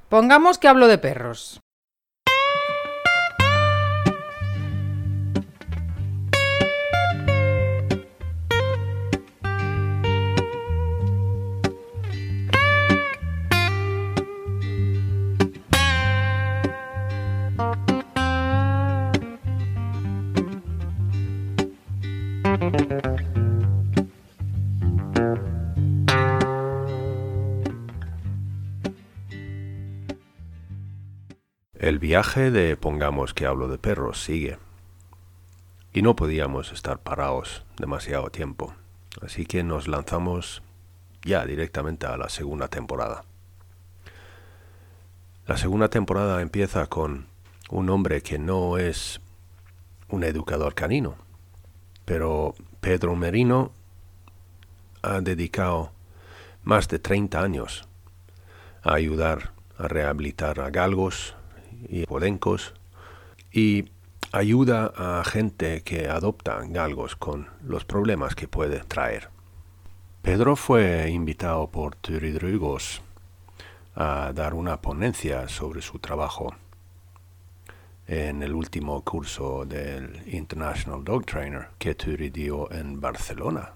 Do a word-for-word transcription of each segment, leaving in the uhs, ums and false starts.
Pongamos que hablo de perros. El viaje de Pongamos que hablo de perros sigue. Y no podíamos estar parados demasiado tiempo. Así que nos lanzamos ya directamente a la segunda temporada. La segunda temporada empieza con un hombre que no es un educador canino, pero Pedro Merino ha dedicado más de treinta años a ayudar a rehabilitar a galgos y podencos y ayuda a gente que adopta galgos con los problemas que puede traer. Pedro fue invitado por Turid Rugos a dar una ponencia sobre su trabajo en el último curso del International Dog Trainer que Turid dio en Barcelona.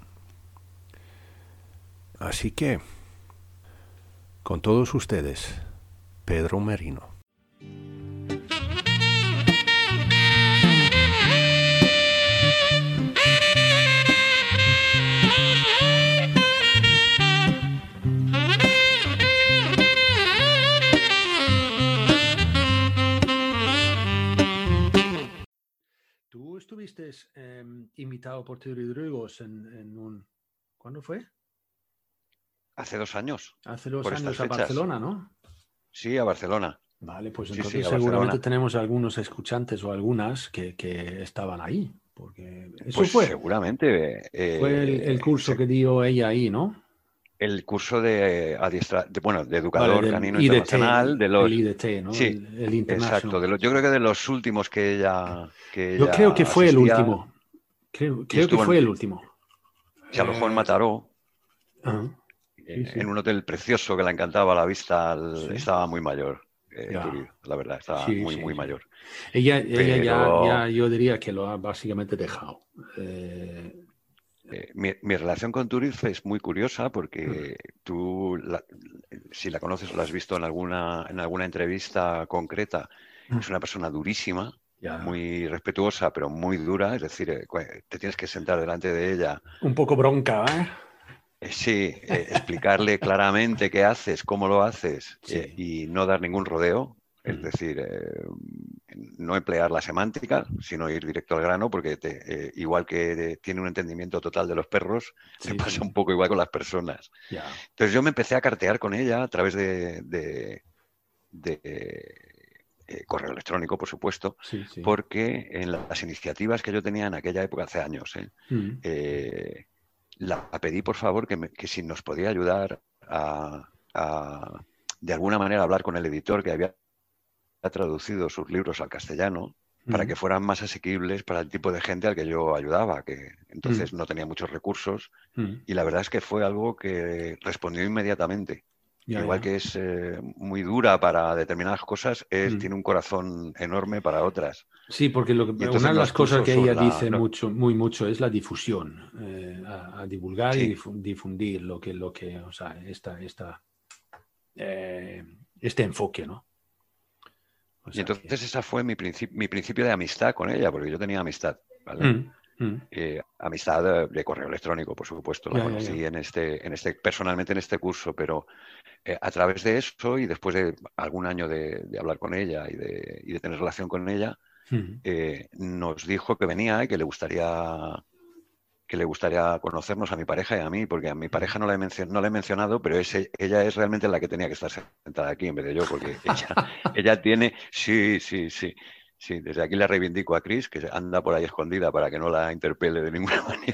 Así que, con todos ustedes, Pedro Merino. Tú estuviste eh, invitado por Turid Rugos en, en un... ¿Cuándo fue? Hace dos años. Hace dos por años estas a fechas. Barcelona, ¿no? Sí, a Barcelona. Vale, pues Sí, entonces sí, a seguramente Barcelona. tenemos algunos escuchantes o algunas que, que estaban ahí. Porque eso Pues fue. seguramente. eh, Fue el, el curso se- que dio ella ahí, ¿no? El curso de, adiestra, de- bueno, de educador Vale, del canino I D T, internacional de los... el I D T, ¿no? Sí, El, el exacto. International. De los, yo creo que de los últimos que ella, que Yo ella creo que fue el asistía, último. Creo, y creo que estuvo fue en, el último. se alojó en Eh, Mataró, ajá, eh, sí, sí. en un hotel precioso que le encantaba la vista. al- Sí. Estaba muy mayor, eh, Ya. Turid, la verdad, estaba Sí, muy, sí, muy sí. mayor. Ella, ella ya, Pero ya, yo diría que lo ha básicamente dejado. Eh, eh, mi, mi relación con Turid es muy curiosa mm, porque tú, la- si la conoces o la has visto en alguna, en alguna entrevista concreta, mm, es una persona durísima, ya. muy respetuosa, pero muy dura. Es decir, eh, cu- te tienes que sentar delante de ella, Un poco bronca, ¿eh? eh, sí, eh, explicarle claramente qué haces, cómo lo haces, eh, Sí. y no dar ningún rodeo. Es Mm, decir, eh, no emplear la semántica, sino ir directo al grano, porque te- eh, igual que de- tiene un entendimiento total de los perros, le sí, pasa sí. un poco igual con las personas. Ya. Entonces yo me empecé a cartear con ella a través de, de- de, eh, correo electrónico, por supuesto, Sí, sí. porque en las iniciativas que yo tenía en aquella época, hace años, ¿eh? Mm, Eh, la pedí, por favor, que, me- que si nos podía ayudar a, a, de alguna manera, hablar con el editor que había traducido sus libros al castellano para mm, que fueran más asequibles para el tipo de gente al que yo ayudaba, que entonces mm, no tenía muchos recursos, mm. y la verdad es que fue algo que respondió inmediatamente. Ya, Igual ya. que es eh, muy dura para determinadas cosas, es, Mm. tiene un corazón enorme para otras. Sí, porque lo que, Y una entonces de las nos cosas puso que ella sobre la... dice no, mucho, muy mucho es la difusión, eh, a, a divulgar y sí, difu- difundir lo que, lo que, o sea, esta, esta, eh, este enfoque, ¿no? O y sea que... entonces esa fue mi, princip- mi principio de amistad con ella, porque yo tenía amistad, ¿vale? Mm, mm. Eh, amistad de, de correo electrónico, por supuesto, la Ya, ya, conocí ya. en este, en este, personalmente en este curso, pero eh, a través de eso y después de algún año de, de hablar con ella y de, y de tener relación con ella, Mm, eh, nos dijo que venía y que le gustaría que le gustaría conocernos a mi pareja y a mí, porque a mi pareja no la he, mencio- no la he mencionado, pero es, e- ella es realmente la que tenía que estar sentada aquí en vez de yo, porque ella, ella tiene, sí, sí, sí, sí, desde aquí le reivindico a Chris, que anda por ahí escondida para que no la interpele de ninguna manera,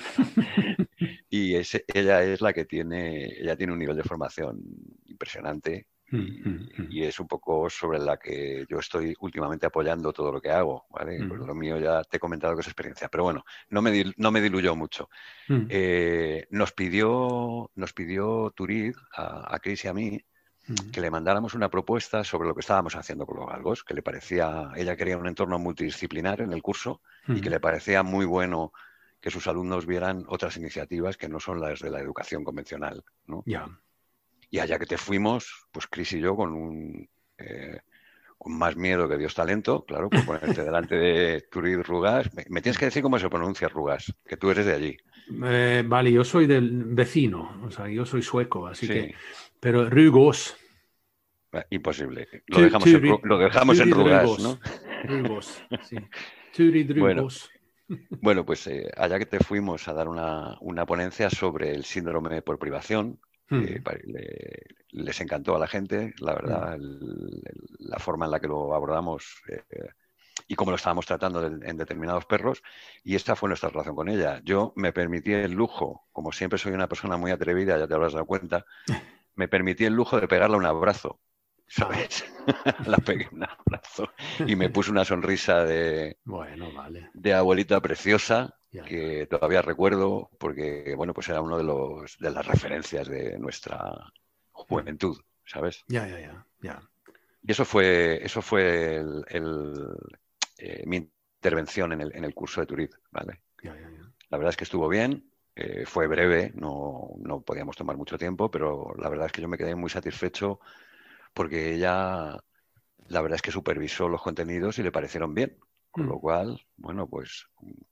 y es, ella es la que tiene, ella tiene un nivel de formación impresionante. mm, Y, mm, mm, y es un poco sobre la que yo estoy últimamente apoyando todo lo que hago, ¿vale? Pues mm, lo mío ya te he comentado que es experiencia, pero bueno, no me, dil- no me diluyó mucho. mm, Eh, nos pidió, nos pidió Turid a, a Chris y a mí Mm. que le mandáramos una propuesta sobre lo que estábamos haciendo con los galgos, que le parecía, ella quería un entorno multidisciplinar en el curso Mm. y que le parecía muy bueno que sus alumnos vieran otras iniciativas que no son las de la educación convencional, ¿no? Ya. Y allá que te fuimos, pues Chris y yo con un eh, con más miedo que Dios talento, claro, por ponerte delante de Turid Rugas. Me, me tienes que decir cómo se pronuncia Rugas, que tú eres de allí. Eh, vale, yo soy del vecino, o sea, yo soy sueco, así Sí. que... Pero Rugos. Eh, Imposible. Lo Tu- dejamos en, Turid- Ru- lo dejamos en Turid Rugas, Rugos. ¿no? Rugos, sí. Turid Bueno. Rugos. Bueno, pues eh, allá que te fuimos a dar una, una ponencia sobre el síndrome por privación, que Mm. pa- le- les encantó a la gente, la verdad, el- el- la forma en la que lo abordamos eh, y cómo lo estábamos tratando de- en determinados perros, y esta fue nuestra relación con ella. Yo me permití el lujo, como siempre soy una persona muy atrevida, ya te habrás dado cuenta, me permití el lujo de pegarle un abrazo, ¿sabes? La pegué un abrazo y me puso una sonrisa de Bueno, vale. de abuelita preciosa Ya, que todavía recuerdo porque, bueno, pues era uno de los de las referencias de nuestra juventud, ¿sabes? ya, ya, ya, ya. Y eso fue, eso fue el, el, eh, mi intervención en el, en el curso de Turid, ¿vale? Ya, ya, ya. La verdad es que estuvo bien, eh, fue breve, no, no podíamos tomar mucho tiempo, pero la verdad es que yo me quedé muy satisfecho porque ella, la verdad es que supervisó los contenidos y le parecieron bien. Con Mm. lo cual, bueno, pues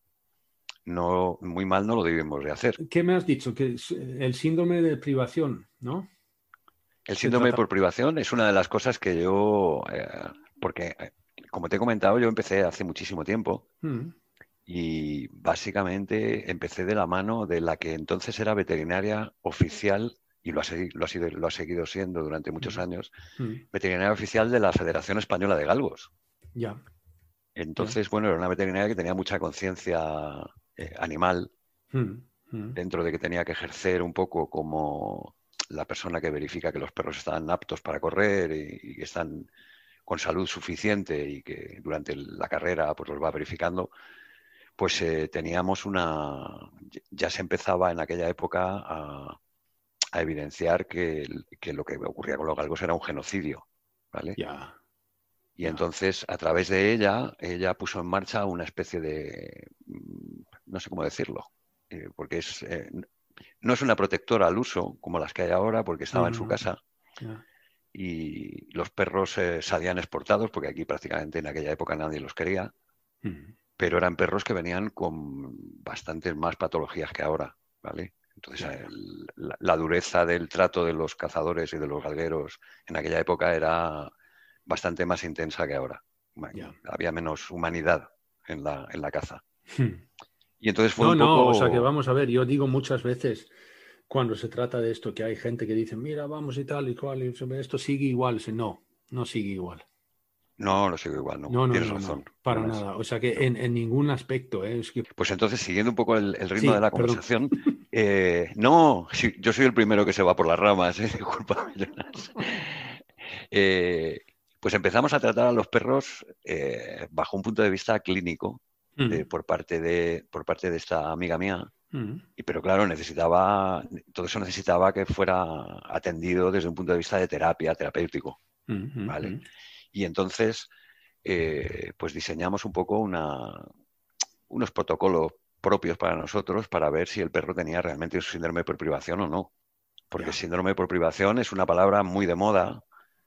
no, muy mal no lo debimos de hacer. ¿Qué me has dicho? Que es el síndrome de privación, ¿no? El Se síndrome trata- por privación es una de las cosas que yo, eh, porque eh, como te he comentado, yo empecé hace muchísimo tiempo Mm. y básicamente empecé de la mano de la que entonces era veterinaria oficial y lo ha, segui- lo ha sido, lo ha seguido siendo durante muchos Mm. años, Mm. veterinaria oficial de la Federación Española de Galgos. Ya. Entonces, bueno, era una veterinaria que tenía mucha conciencia eh, animal, Mm. Mm. dentro de que tenía que ejercer un poco como la persona que verifica que los perros están aptos para correr y, y que están con salud suficiente y que durante la carrera pues los va verificando, pues eh, teníamos una... ya se empezaba en aquella época a, a evidenciar que, que lo que ocurría con los galgos era un genocidio, ¿vale? Ya. Y Ya. entonces, a través de ella, ella puso en marcha una especie de, mm, no sé cómo decirlo, eh, porque es, eh, no es una protectora al uso como las que hay ahora, porque estaba en su Mm. casa Ya. y los perros eh, salían exportados, porque aquí prácticamente en aquella época nadie los quería, Mm. pero eran perros que venían con bastantes más patologías que ahora, ¿vale? Entonces, Ya. el- la, la dureza del trato de los cazadores y de los galgueros en aquella época era bastante más intensa que ahora. Ya. Había menos humanidad en la, en la caza. Mm. Y entonces fue No, un no, poco... o sea que vamos a ver, yo digo muchas veces cuando se trata de esto que hay gente que dice, mira, vamos y tal y cual, y sobre esto sigue igual. Dice, no, no sigue igual. No, no sigo igual, no. No, no, Tienes no, razón. no, para Además. nada. O sea que en, en ningún aspecto, ¿eh? Es que... Pues entonces, siguiendo un poco el, el ritmo Sí, de la perdón. conversación, eh, no, sí, yo soy el primero que se va por las ramas, ¿eh? Discúlpame, Jonas. Eh, pues empezamos a tratar a los perros eh, bajo un punto de vista clínico de- Mm. por, parte de, por parte de esta amiga mía. Mm. Y, pero claro, necesitaba, todo eso necesitaba que fuera atendido desde un punto de vista de terapia, terapéutico, Mm, mm, ¿vale? mm. Y entonces, eh, pues diseñamos un poco una, unos protocolos propios para nosotros para ver si el perro tenía realmente un síndrome por privación o no. Porque Ya. síndrome por privación es una palabra muy de moda.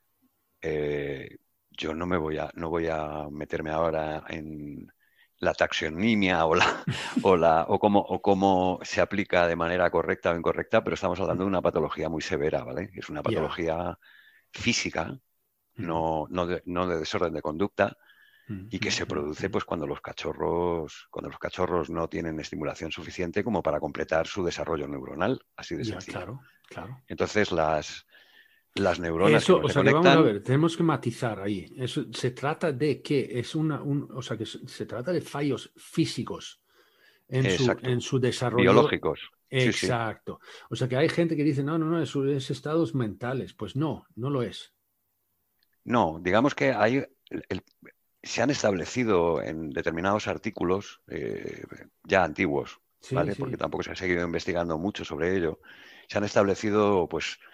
Eh, yo no me voy a, no voy a meterme ahora en la taxonomía o la, o la o cómo o cómo se aplica de manera correcta o incorrecta, pero estamos hablando de una patología muy severa, ¿vale? Es una patología física, Mm. no, no, de, no de desorden de conducta, Mm, y que mm, se mm, produce mm. pues cuando los cachorros, cuando los cachorros no tienen estimulación suficiente como para completar su desarrollo neuronal, así de Ya, sencillo. claro, claro. Entonces las, las neuronas Eso, que no o se sea que vamos conectan, a ver, tenemos que matizar ahí. Eso se trata de que es una, un, o sea que se, se trata de fallos físicos en su, exacto, en su desarrollo. biológicos. Sí, sí. Exacto. O sea que hay gente que dice, no, no, no, eso es estados mentales. Pues no, no lo es. No, digamos que hay el- el- se han establecido en determinados artículos eh, ya antiguos, Sí, ¿vale? sí. Porque tampoco se ha seguido investigando mucho sobre ello. Se han establecido, pues,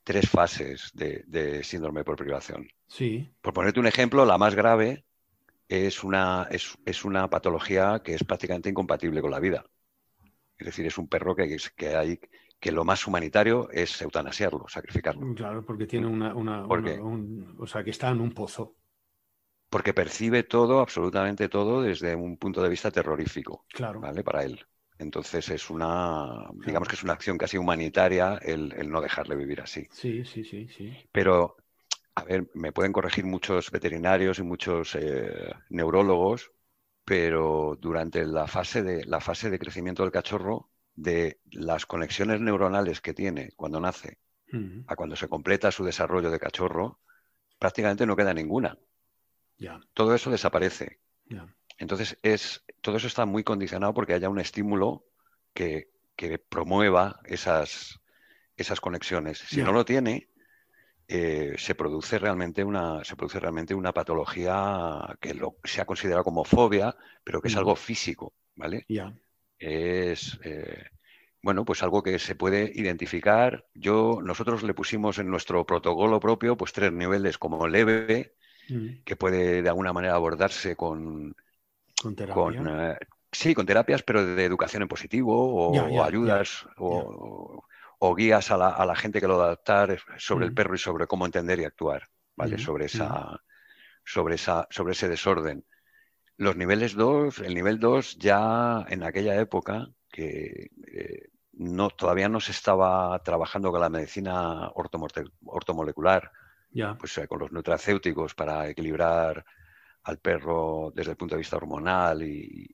tres fases de, de síndrome por privación. Sí. Por ponerte un ejemplo, la más grave es una, es, es una patología que es prácticamente incompatible con la vida. Es decir, es un perro que, que hay que lo más humanitario es eutanasiarlo, sacrificarlo. Claro, porque tiene una, una, ¿Por una qué? un, o sea, que está en un pozo. Porque percibe todo, absolutamente todo, desde un punto de vista terrorífico, Claro. ¿vale? Para él. Entonces es una, digamos Claro. que es una acción casi humanitaria el, el no dejarle vivir así. Sí, sí, sí, sí. Pero, a ver, me pueden corregir muchos veterinarios y muchos eh, neurólogos, pero durante la fase de, la fase de crecimiento del cachorro, de las conexiones neuronales que tiene cuando nace Mm, a cuando se completa su desarrollo de cachorro, prácticamente no queda ninguna. ya, Todo eso desaparece. ya. Entonces, es, todo eso está muy condicionado porque haya un estímulo que, que promueva esas, esas conexiones. Si Ya. no lo tiene, eh, se produce realmente una, se produce realmente una patología que lo, se ha considerado como fobia, pero que es Mm, algo físico, ¿vale? ya. Es, eh, bueno, pues algo que se puede identificar. Yo, nosotros le pusimos en nuestro protocolo propio, pues tres niveles como leve, Mm, que puede de alguna manera abordarse con, con con terapia. eh, sí, con terapias, pero de educación en positivo Ya, o, o ya, ya, ayudas ya. o, o guías a la, a la gente que lo va a adaptar sobre el Mm, perro y sobre cómo entender y actuar, ¿vale? mm, Sobre mm, esa, sobre esa, sobre ese desorden. Los niveles dos, el nivel dos ya en aquella época que eh, no, todavía no se estaba trabajando con la medicina ortomorte- ortomolecular, ya. pues eh, con los nutracéuticos para equilibrar al perro desde el punto de vista hormonal y,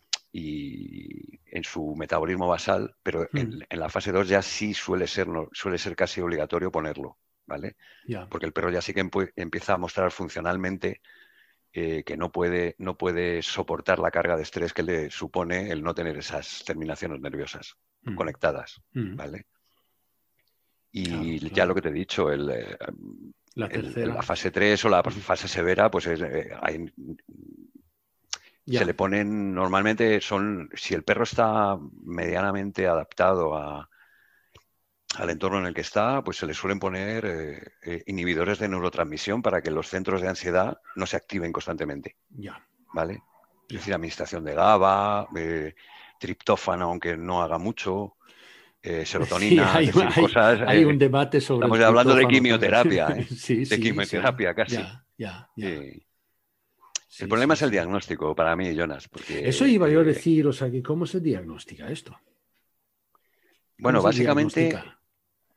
y en su metabolismo basal, pero en, Mm, en la fase dos ya sí suele ser, no, suele ser casi obligatorio ponerlo, ¿vale? ya. Porque el perro ya sí que empu- empieza a mostrar funcionalmente eh, que no puede, no puede soportar la carga de estrés que le supone el no tener esas terminaciones nerviosas Mm, conectadas, mm, ¿vale? claro, Y ya lo claro. que te he dicho, el, eh, La el- la tercera. fase tres o la Mm, fase severa, pues es, eh, hay se ya. le ponen, normalmente son, si el perro está medianamente adaptado a, al entorno en el que está, pues se le suelen poner eh, eh, inhibidores de neurotransmisión para que los centros de ansiedad no se activen constantemente, Ya. ¿vale? Es Ya. decir, administración de GABA, eh, triptófano, aunque no haga mucho, eh, Sí, serotonina, es hay, decir, hay, cosas... hay un eh, debate sobre el estamos hablando de triptófano también. quimioterapia, ¿eh? Sí, De sí, sí. quimioterapia casi. Ya, ya, ya. Eh, el Sí, problema sí, es el sí. diagnóstico para mí, Jonas, Eso porque... iba yo a eh, decir, o sea, que ¿cómo se diagnostica esto? ¿Cómo bueno, se básicamente diagnostica?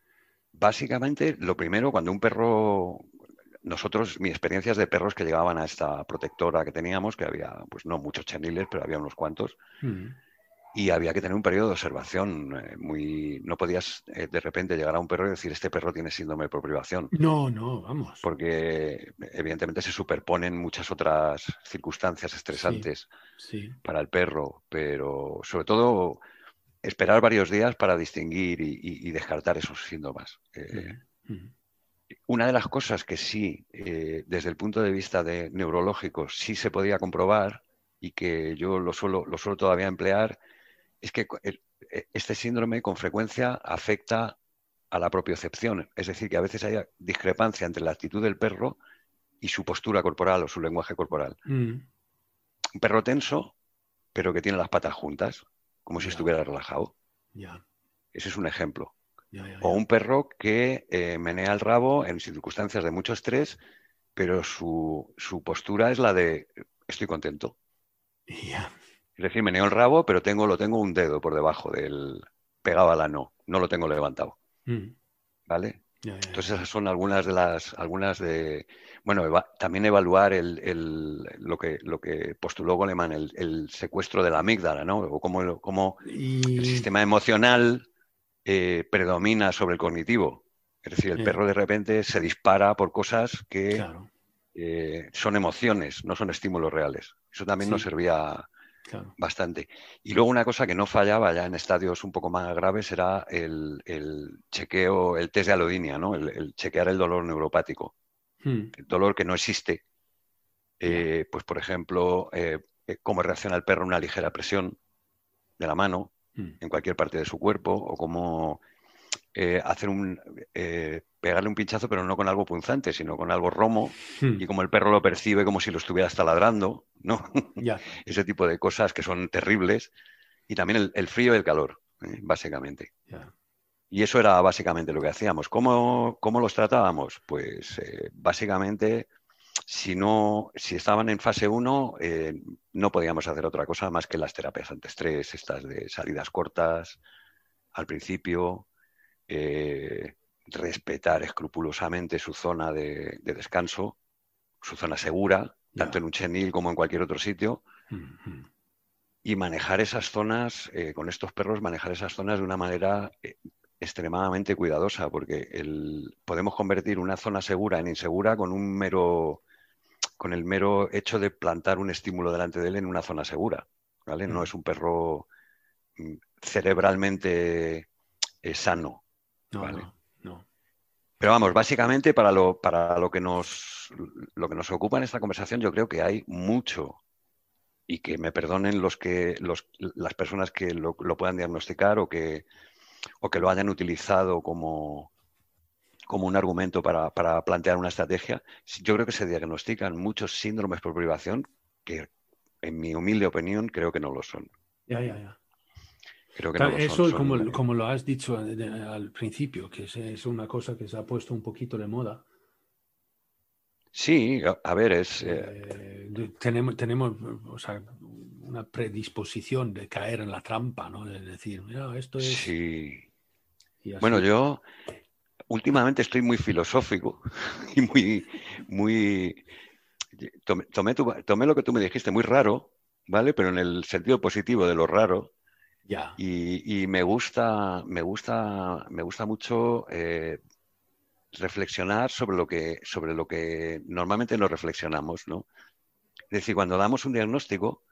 Básicamente, lo primero, cuando un perro, nosotros, mi experiencia es de perros que llegaban a esta protectora que teníamos, que había, pues no muchos cheniles, pero había unos cuantos, Mm, y había que tener un periodo de observación eh, muy, no podías eh, de repente llegar a un perro y decir, este perro tiene síndrome por privación, no, no, vamos. porque evidentemente se superponen muchas otras circunstancias Sí, estresantes sí. para el perro, pero sobre todo esperar varios días para distinguir y, y- y descartar esos síntomas. Eh, Mm, mm, Una de las cosas que sí, eh, desde el punto de vista de neurológico, sí se podía comprobar y que yo lo suelo, lo suelo todavía emplear, es que el- e- este síndrome con frecuencia afecta a la propiocepción. Es decir, que a veces hay discrepancia entre la actitud del perro y su postura corporal o su lenguaje corporal. mm, Un perro tenso, pero que tiene las patas juntas, como si ya, estuviera relajado. ya, Ese es un ejemplo. ya, ya, O ya. un perro que eh, menea el rabo en circunstancias de mucho estrés, pero su, su postura es la de estoy contento. Ya, Es decir, meneo el rabo, pero tengo, lo tengo un dedo por debajo del pegado al ano, no lo tengo levantado, mm, ¿vale? ya, ya, Entonces ya. esas son algunas de las, algunas de, bueno, eva- también evaluar el, el- lo que, lo que postuló Goleman, el, el secuestro de la amígdala, ¿no? O cómo, cómo el Y, sistema emocional eh, predomina sobre el cognitivo. Es decir, el eh, perro de repente se dispara por cosas que claro, eh, son emociones, no son estímulos reales. Eso también nos sí, servía claro. bastante. Y luego una cosa que no fallaba ya en estadios un poco más graves era el, el chequeo, el test de alodinia, ¿no? El, el chequear el dolor neuropático. Mm, El dolor que no existe. ya, Eh, pues, por ejemplo, eh, eh, cómo reacciona el perro a una ligera presión de la mano mm, en cualquier parte de su cuerpo o cómo eh, hacer un, eh, pegarle un pinchazo, pero no con algo punzante, sino con algo romo, Hmm. y como el perro lo percibe como si lo estuviera taladrando, ¿no? Ya. Ese tipo de cosas que son terribles. Y también el, el frío y el calor, ¿eh? Básicamente. Ya. Y eso era básicamente lo que hacíamos. ¿Cómo, cómo los tratábamos? Pues eh, básicamente, si no, si estaban en fase uno, eh, no podíamos hacer otra cosa más que las terapias antiestrés, estas de salidas cortas al principio, eh, respetar escrupulosamente su zona de, de descanso, su zona segura, tanto Ya. en un chenil como en cualquier otro sitio. Hmm, hmm. Y manejar esas zonas, eh, con estos perros, manejar esas zonas de una manera eh, extremadamente cuidadosa, porque el, podemos convertir una zona segura en insegura con un mero, con el mero hecho de plantar un estímulo delante de él en una zona segura, ¿vale? No Mm. es un perro mm, cerebralmente eh, sano, No, ¿vale? no, no. Pero vamos, básicamente para lo, para lo que nos, lo que nos ocupa en esta conversación, yo creo que hay mucho. Y que me perdonen los que, los, las personas que lo, lo puedan diagnosticar o que, o que lo hayan utilizado como, como un argumento para, para plantear una estrategia. Yo creo que se diagnostican muchos síndromes por privación que, en mi humilde opinión, creo que no lo son. Ya, ya, ya. Creo que no Claro, lo son. eso, son como, como lo has dicho de- de- al principio, que es, es una cosa que se ha puesto un poquito de moda. Sí, a, a ver, es... eh, Eh, de- tenemos, tenemos o sea, una predisposición de caer en la trampa, ¿no? De decir, mira, esto es... sí. Y así. Bueno, yo últimamente estoy muy filosófico y muy... muy tomé, tomé, tu- tomé lo que tú me dijiste, muy raro, ¿vale? Pero en el sentido positivo de lo raro. Ya. Y, y me gusta, me gusta, me gusta mucho eh, reflexionar sobre lo que, sobre lo que normalmente no reflexionamos, ¿no? Es decir, cuando damos un diagnóstico,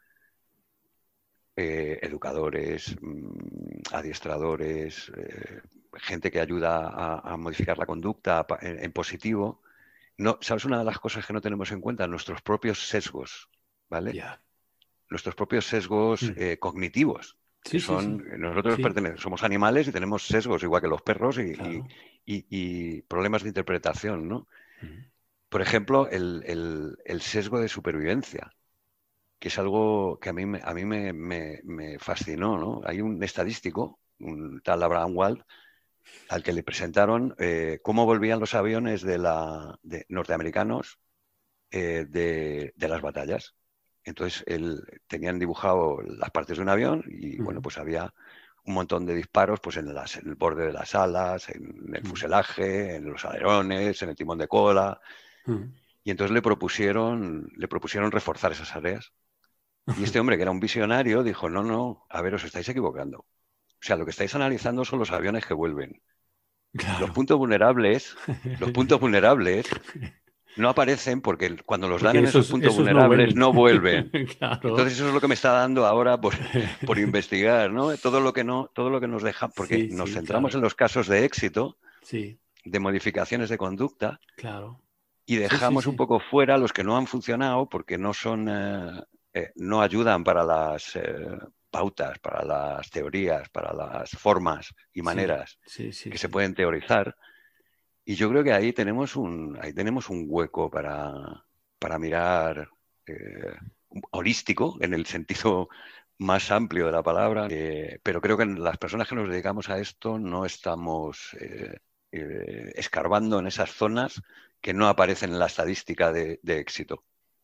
eh, educadores, mmm, adiestradores, eh, gente que ayuda a, a modificar la conducta pa- en, en positivo, no, ¿sabes? Una de las cosas que no tenemos en cuenta, nuestros propios sesgos, ¿vale? Ya. Nuestros propios sesgos Mm. eh, cognitivos. Que Sí, sí, sí. son, nosotros Sí. pertenecemos, somos animales y tenemos sesgos, igual que los perros, y, Claro. y- y- y problemas de interpretación, ¿no? Mm. Por ejemplo, el, el- el sesgo de supervivencia, que es algo que a mí, me- a mí me, me- me fascinó, ¿no? Hay un estadístico, un tal Abraham Wald, al que le presentaron eh, cómo volvían los aviones de la, de norteamericanos eh, de, de las batallas. Entonces, él, tenían dibujado las partes de un avión y, Mm. bueno, pues había un montón de disparos pues en, las- en el borde de las alas, en el Mm. fuselaje, en los alerones, en el timón de cola. Mm. Y entonces le propusieron, le propusieron reforzar esas áreas. Y este hombre, que era un visionario, dijo, no, no, a ver, os estáis equivocando. O sea, lo que estáis analizando son los aviones que vuelven. Claro. Los puntos vulnerables, los puntos vulnerables no aparecen porque cuando los dan Porque en esos, esos- puntos esos no vulnerables vuelven. no vuelven. Claro. Entonces eso es lo que me está dando ahora por, por investigar, ¿no? Todo lo que no, todo lo que nos deja, porque Sí, nos sí, centramos claro. en los casos de éxito, Sí, de modificaciones de conducta, claro. y Sí, sí, dejamos sí. un poco fuera los que no han funcionado porque no son, eh, eh, no ayudan para las eh, pautas, para las teorías, para las formas y maneras Sí, sí, que sí. se pueden teorizar. Y yo creo que ahí tenemos un, ahí tenemos un hueco para, para mirar eh, holístico, en el sentido más amplio de la palabra, eh, pero creo que las personas que nos dedicamos a esto no estamos eh, eh, escarbando en esas zonas que no aparecen en la estadística de, de éxito.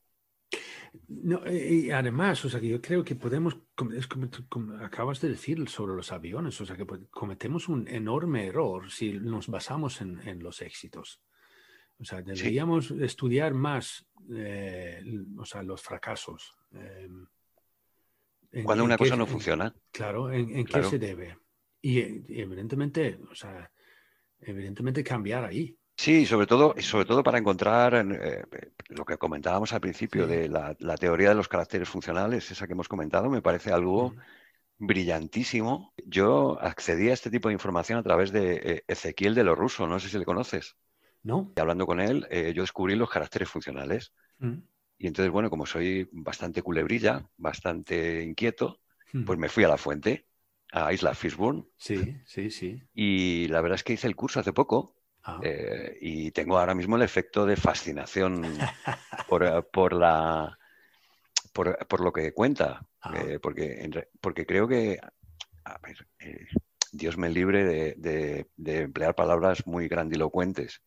No, eh, y además, o sea, que yo creo que podemos, como, es como, tú- como acabas de decir sobre los aviones, o sea, que pod- cometemos un enorme error si nos basamos en, en los éxitos. O sea, deberíamos estudiar más, eh, l- o sea, los fracasos. eh, en- Cuando en una qué- cosa no en- funciona, Claro, en, en qué claro. se debe. Y, eh, y evidentemente, o sea, evidentemente cambiar ahí. Sí, sobre todo, sobre todo para encontrar eh, lo que comentábamos al principio Sí. de la, la teoría de los caracteres funcionales, esa que hemos comentado, me parece algo Mm. brillantísimo. Yo accedí a este tipo de información a través de eh, Ezequiel de los Russo, no sé si le conoces. ¿No? Y hablando con él, eh, yo descubrí los caracteres funcionales. Mm. Y entonces, bueno, como soy bastante culebrilla, bastante inquieto, Mm. pues me fui a la fuente a Isla Fishburne. Sí, sí, sí. Y la verdad es que hice el curso hace poco Ah. eh, y tengo ahora mismo el efecto de fascinación por, por, la, por, por lo que cuenta. Ah. Eh, porque, en re- porque creo que, a ver, eh, Dios me libre de, de- de emplear palabras muy grandilocuentes,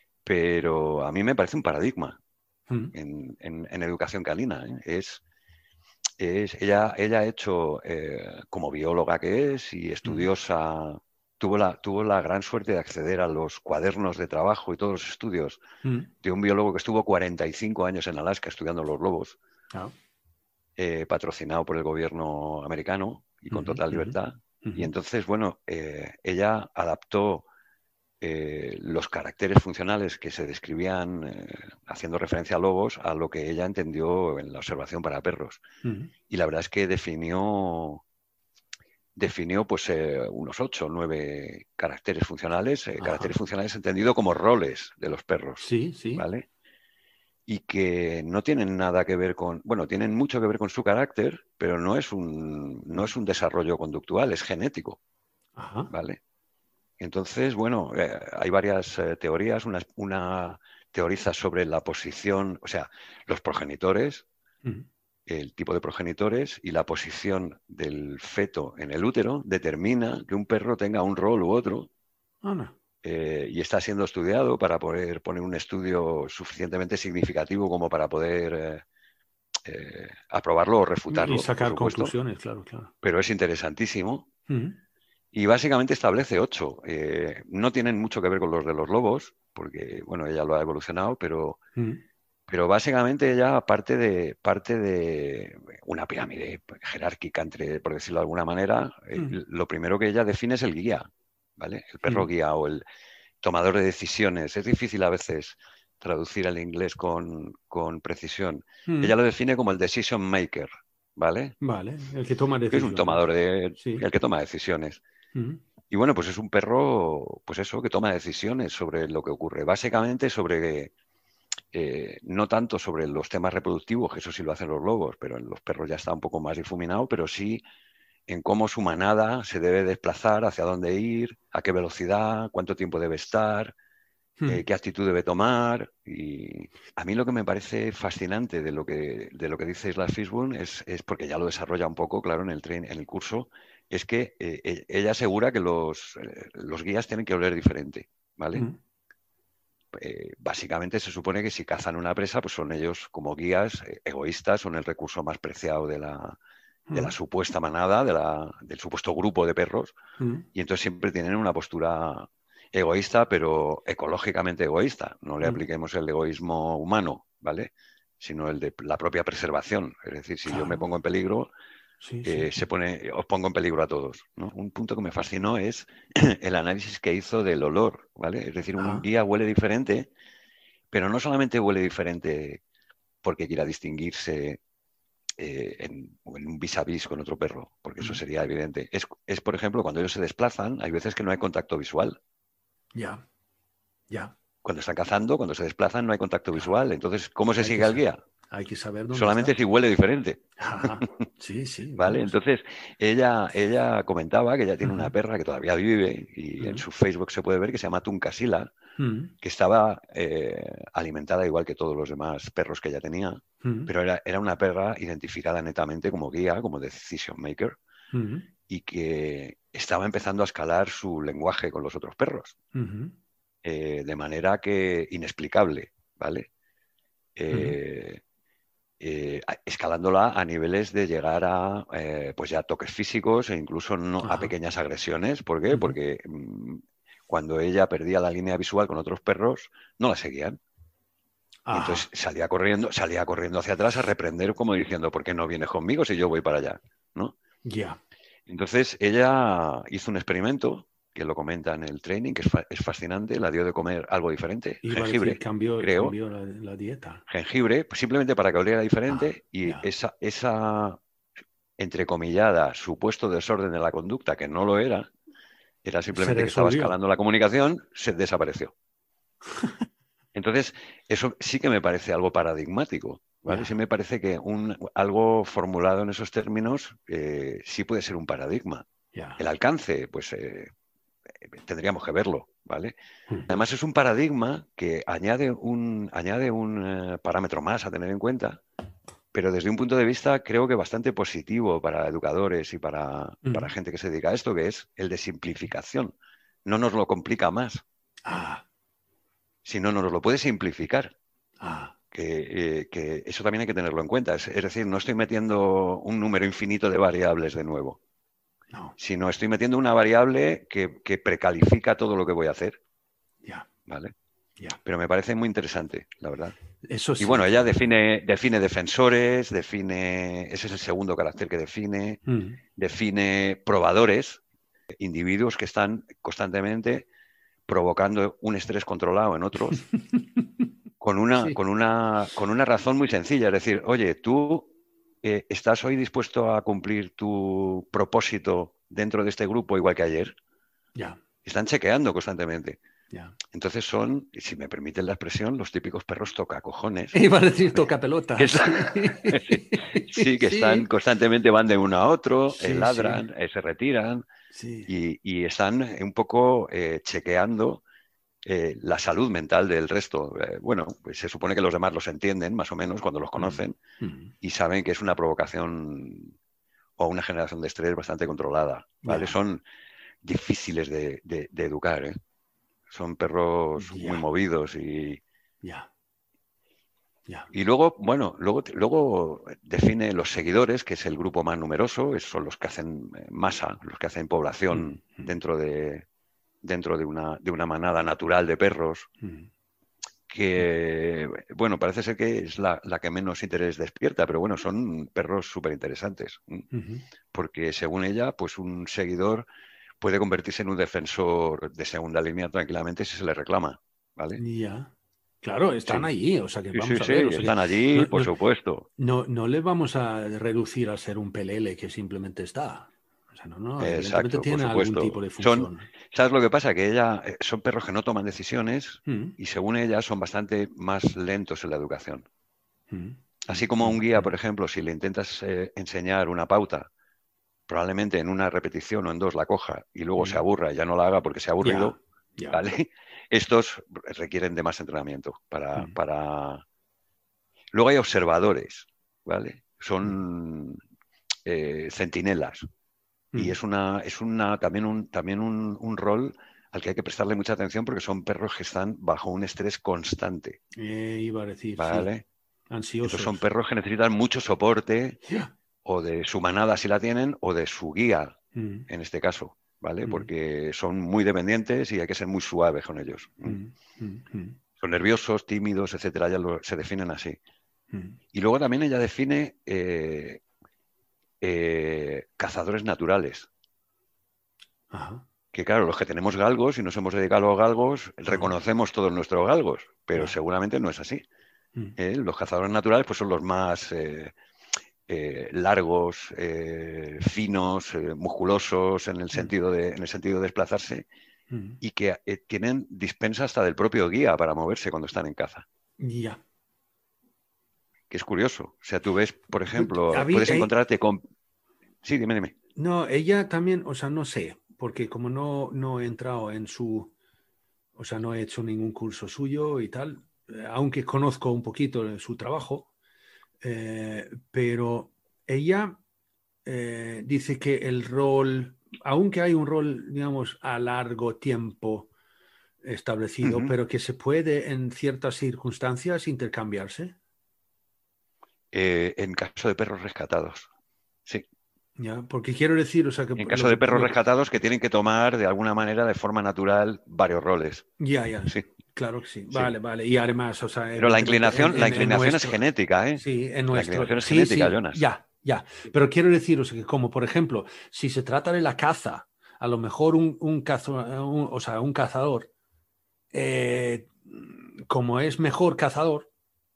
pero a mí me parece un paradigma Mm. en, en- en educación canina. ¿eh? Es, es, ella, ella ha hecho, eh, como bióloga que es y estudiosa, tuvo la, tuvo la gran suerte de acceder a los cuadernos de trabajo y todos los estudios Mm. de un biólogo que estuvo cuarenta y cinco años en Alaska estudiando los lobos, Ah. eh, patrocinado por el gobierno americano y con Ujú, total ujú, libertad. ujú. Y entonces, bueno, eh, ella adaptó eh, los caracteres funcionales que se describían eh, haciendo referencia a lobos a lo que ella entendió en la observación para perros. Ujú. Y la verdad es que definió, definió pues eh, unos ocho o nueve caracteres funcionales, eh, Ajá. caracteres funcionales entendido como roles de los perros, Sí, sí. ¿vale? Y que no tienen nada que ver con, bueno, tienen mucho que ver con su carácter, pero no es un, no es un desarrollo conductual, es genético, Ajá. ¿vale? Entonces, bueno, eh, hay varias eh, teorías. Una, una teoriza sobre la posición, o sea, los progenitores, Ujú. el tipo de progenitores y la posición del feto en el útero determina que un perro tenga un rol u otro. Ana. eh, y está siendo estudiado para poder poner un estudio suficientemente significativo como para poder eh, eh, aprobarlo o Y refutarlo, por sacar supuesto, conclusiones, claro, claro. pero es interesantísimo. Ujú. Y básicamente establece ocho. Eh, no tienen mucho que ver con los de los lobos, porque, bueno, ella lo ha evolucionado, pero, Ujú. pero básicamente ella parte de, parte de una pirámide jerárquica, entre, por decirlo de alguna manera. Eh, Ujú. lo primero que ella define es el guía, ¿vale? El perro Ujú. guía o el tomador de decisiones. Es difícil a veces traducir al inglés con, con precisión. Ella Ujú. lo define como el decision maker, ¿vale? Vale, el que toma Que es un decisiones. tomador de, Sí. el que toma decisiones. Ujú. Y bueno, pues es un perro, pues eso, que toma decisiones sobre lo que ocurre. Básicamente sobre, eh, no tanto sobre los temas reproductivos, que eso sí lo hacen los lobos, pero en los perros ya está un poco más difuminado, pero sí en cómo su manada se debe desplazar, hacia dónde ir, a qué velocidad, cuánto tiempo debe estar, eh, Ujú. qué actitud debe tomar. Y a mí lo que me parece fascinante de lo que, de lo que dice Isla Fishburne es, es porque ya lo desarrolla un poco, claro, en el, train, en el curso, es que eh, e- ella asegura que los, eh, los guías tienen que oler diferente, ¿vale? Ujú. Eh, básicamente se supone que si cazan una presa, pues son ellos como guías eh, egoístas, son el recurso más preciado de la, de la Ujú. supuesta manada, de la, del supuesto grupo de perros, Ujú. y entonces siempre tienen una postura egoísta, pero ecológicamente egoísta. No le Ujú. apliquemos el egoísmo humano, ¿vale? Sino el de la propia preservación. Es decir, si yo me Claro. pongo en peligro, Sí, sí. eh, se pone, os pongo en peligro a todos, ¿no? Un punto que me fascinó es el análisis que hizo del olor, ¿vale? Es decir, un Ah. guía huele diferente, pero no solamente huele diferente porque quiera distinguirse eh, en, en un vis a vis con otro perro, porque eso Ujú. sería evidente. Es, es, por ejemplo, cuando ellos se desplazan, hay veces que no hay contacto visual. Ya, ya. Cuando están cazando, cuando se desplazan, no hay contacto Claro. visual. Entonces, ¿cómo se Hay que sigue al sa- guía? hay que saber dónde Solamente está. si huele diferente. Ajá. Sí, sí, ¿Vale? vamos. Entonces, ella, ella comentaba que ella tiene una Ujú. perra que todavía vive y en Ujú. su Facebook se puede ver que se llama Tunkasila, Ujú. que estaba eh, alimentada igual que todos los demás perros que ella tenía, Ujú. pero era, era una perra identificada netamente como guía, como decision maker, Ujú. y que estaba empezando a escalar su lenguaje con los otros perros, Ujú. eh, de manera que inexplicable, ¿vale? Ujú. Eh, eh, a- escalándola a niveles de llegar a eh, pues ya toques físicos e incluso no, a Ajá. pequeñas agresiones. ¿Por qué? Ujú. Porque mm, cuando ella perdía la línea visual con otros perros, no la seguían. Y entonces Ajá. salía corriendo, salía corriendo hacia atrás a reprender como diciendo, ¿por qué no vienes conmigo si yo voy para allá? ¿No? Ya. Entonces ella hizo un experimento, que lo comenta en el training, que es, fa- es fascinante, la dio de comer algo diferente, Iba a decir, jengibre, cambió, creo, cambió la, la dieta. jengibre, pues simplemente para que oliera Ah, diferente y ya. esa, esa entrecomillada supuesto desorden de la conducta, que no lo era, era Se simplemente que estaba resolvió. escalando la comunicación, se desapareció. Entonces, eso sí que me parece algo paradigmático, ¿vale? Sí Ya. me parece que un, algo formulado en esos términos eh, sí puede ser un paradigma. Ya. El alcance, pues eh, tendríamos que verlo, ¿vale? Mm. Además es un paradigma que añade un, añade un eh, parámetro más a tener en cuenta, pero desde un punto de vista creo que bastante positivo para educadores y para, Mm. para gente que se dedica a esto, que es el de simplificación. No nos lo complica más, Ah, sino nos lo puede simplificar. ah, Que, eh, que eso también hay que tenerlo en cuenta. Es, es decir, no estoy metiendo un número infinito de variables de nuevo, no, sino estoy metiendo una variable que, que precalifica todo lo que voy a hacer, ya, ¿vale? ya. Pero me parece muy interesante, la verdad. Eso sí. Y bueno, ella define, define defensores, define, ese es el segundo carácter que define, Mm. define probadores, individuos que están constantemente provocando un estrés controlado en otros, con una, Sí. con una, con una razón muy sencilla. Es decir, oye, tú eh, ¿estás hoy dispuesto a cumplir tu propósito dentro de este grupo igual que ayer? Ya, Están chequeando constantemente. ya. Entonces son, si me permiten la expresión, los típicos perros tocacojones. Iba a decir toca pelota. Que están- sí, sí, que están constantemente, van de uno a otro, Sí, eh, ladran, eh, se retiran Sí. y, y están un poco eh, chequeando eh, la salud mental del resto. Eh, bueno, pues se supone que los demás los entienden más o menos cuando los conocen Mm. y saben que es una provocación o una generación de estrés bastante controlada, ¿vale? Ya. Son difíciles de, de- de educar, ¿eh? Son perros Ya. muy movidos y, Ya. Ya. y luego, bueno, luego, luego define los seguidores, que es el grupo más numeroso, es- son los que hacen eh, masa, los que hacen población Mm, mm. dentro de, dentro de una, de una manada natural de perros, Mm. que, bueno, parece ser que es la, la que menos interés despierta, pero bueno, son perros súper interesantes, Ujú. porque según ella, pues un seguidor puede convertirse en un defensor de segunda línea tranquilamente si se le reclama, ¿vale? Ya. Claro, están Sí. allí, o sea que Sí, vamos sí, a ver. sí, O sea que están allí, no, por no- supuesto. no, no le vamos a reducir a ser un pelele que simplemente está. O sea, no, no, evidentemente Exacto, por tiene algún supuesto. tipo de Son, función. ¿sabes lo que pasa? Que ella, eh, son perros que no toman decisiones Mm, y según ella son bastante más lentos en la educación. mm, Así mm, como a un mm, guía, mm. por ejemplo, si le intentas eh, enseñar una pauta, probablemente en una repetición o en dos la coja y luego Mm. se aburra y ya no la haga porque se ha aburrido, Ya, ya. ¿vale? Estos requieren de más entrenamiento para, Mm. para... Luego hay observadores, ¿vale? Son eh, centinelas. Y Mm. es una, es una también un, también un, un rol al que hay que prestarle mucha atención porque son perros que están bajo un estrés constante, Eh, iba a decir, ¿vale? sí. Ansiosos. Estos son perros que necesitan mucho soporte Ya. o de su manada si la tienen o de su guía, Mm, en este caso, ¿vale? Mm. Porque son muy dependientes y hay que ser muy suaves con ellos. mm, mm, mm, Son nerviosos, tímidos, etcétera, ya lo- se definen así. mm. Y luego también ella define eh, eh, cazadores naturales. Ajá. Que claro, los que tenemos galgos y nos hemos dedicado a los galgos, reconocemos todos nuestros galgos, pero Ya. seguramente no es así. Mm. ¿eh? Los cazadores naturales pues son los más eh, eh, largos, eh, finos, eh, musculosos en el sentido de, en el sentido de desplazarse Mm. y que eh, tienen dispensa hasta del propio guía para moverse cuando están en caza. Ya. Que es curioso. O sea, tú ves, por ejemplo, Habí- puedes eh, encontrarte con... Sí, dime, dime. No, ella también, o sea, no sé, porque como no, no he entrado en su, o sea, no he hecho ningún curso suyo y tal, eh, aunque conozco un poquito de su trabajo, eh, pero ella eh, dice que el rol, aunque hay un rol, digamos, a largo tiempo establecido, Ujú. pero que se puede en ciertas circunstancias intercambiarse. Eh, en caso de perros rescatados. Sí. ¿Ya? Porque quiero decir, o sea, que En lo caso de que- perros lo- rescatados que tienen que tomar de alguna manera, de forma natural, varios roles. Ya, ya, Sí. claro que sí. Vale, vale. Y además, o sea, Pero la evidentemente inclinación, en- la en- en inclinación nuestro- es genética, ¿eh? Sí, en La nuestro. inclinación es sí, genética, sí, Jonas. Ya, ya. Pero quiero deciros que, como por ejemplo, si se trata de la caza, a lo mejor un, un, caza- un- o sea, un cazador, eh, como es mejor cazador,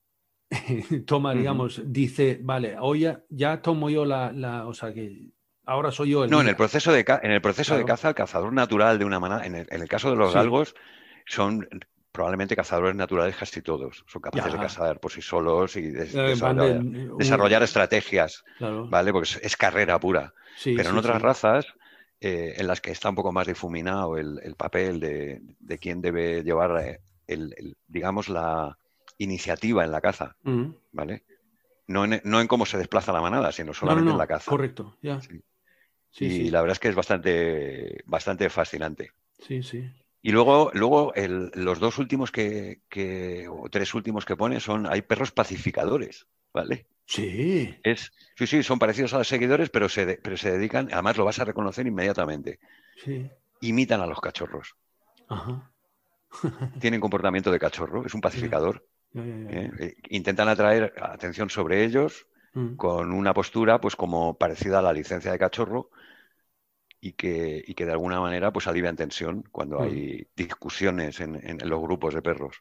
toma, Ujú. digamos, dice, vale, hoy ya, ya tomo yo la, la, o sea, que ahora soy yo el No, en guía. el proceso de, ca- en el proceso de Claro. caza, el cazador natural de una manada, en el, en el caso de los Sí. galgos, son probablemente cazadores naturales casi todos. Son capaces Ya. de cazar por sí solos y des- Eh, van de- desarrollar, un- desarrollar estrategias, Claro. ¿vale? Porque es, es carrera pura. Sí, Pero en sí, otras sí. razas eh, en las que está un poco más difuminado el, el papel de, de quién debe llevar, eh, el, el, digamos, la iniciativa en la caza, Mm. ¿vale? No en, no en cómo se desplaza la manada, sino No, no, solamente en la no, caza. correcto, ya. Sí. Sí, Y sí, la verdad es que es bastante, bastante fascinante. sí, sí. Y luego, luego el- los dos últimos que, que, o tres últimos que pone son, hay perros pacificadores, ¿vale? Sí, Es, sí, sí, son parecidos a los seguidores, pero se, de- pero se dedican, además lo vas a reconocer inmediatamente, sí. imitan a los cachorros. Ajá. Tienen comportamiento de cachorro, es un Ya, pacificador. ya, ya, ya, ¿eh? ya. Eh, Intentan atraer atención sobre ellos Mm, con una postura pues como parecida a la licencia de cachorro y que, y que de alguna manera pues alivian tensión cuando mm, hay discusiones en, en- en los grupos de perros.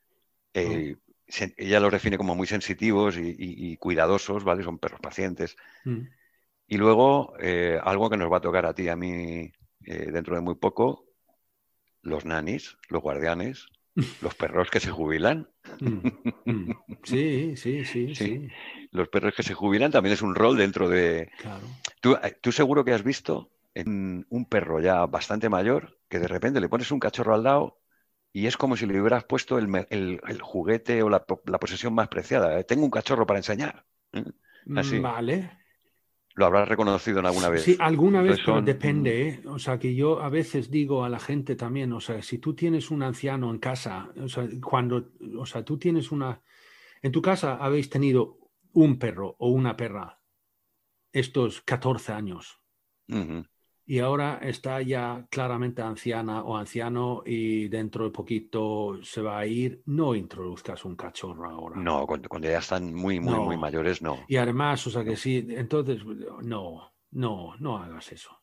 oh, Eh, se- ella los define como muy sensitivos y, y- y cuidadosos, ¿vale? Son perros pacientes. mm. Y luego, eh, algo que nos va a tocar a ti y a mí eh, dentro de muy poco, los nanis, los guardianes, los perros que se jubilan. Mm, mm. Sí, sí, sí, Sí, sí, los perros que se jubilan también es un rol dentro de... claro. Tú, eh, tú seguro que has visto en un perro ya bastante mayor que de repente le pones un cachorro al lado y es como si le hubieras puesto el, me- el- el juguete o la, po- la posesión más preciada. Eh, Tengo un cachorro para enseñar. ¿eh? Mm, Así. Vale. Lo habrás reconocido en alguna Sí, vez. alguna vez, Entonces pero son... mm, depende, ¿eh? O sea, que yo a veces digo a la gente también, o sea, si tú tienes un anciano en casa, o sea, cuando, o sea, tú tienes una, en tu casa habéis tenido un perro o una perra estos catorce años ujú. y ahora está ya claramente anciana o anciano y dentro de poquito se va a ir, no introduzcas un cachorro ahora. No, cuando, cuando ya están muy, muy, muy No. mayores, no. Y además, o sea, que No. sí, entonces, no, no, no hagas eso.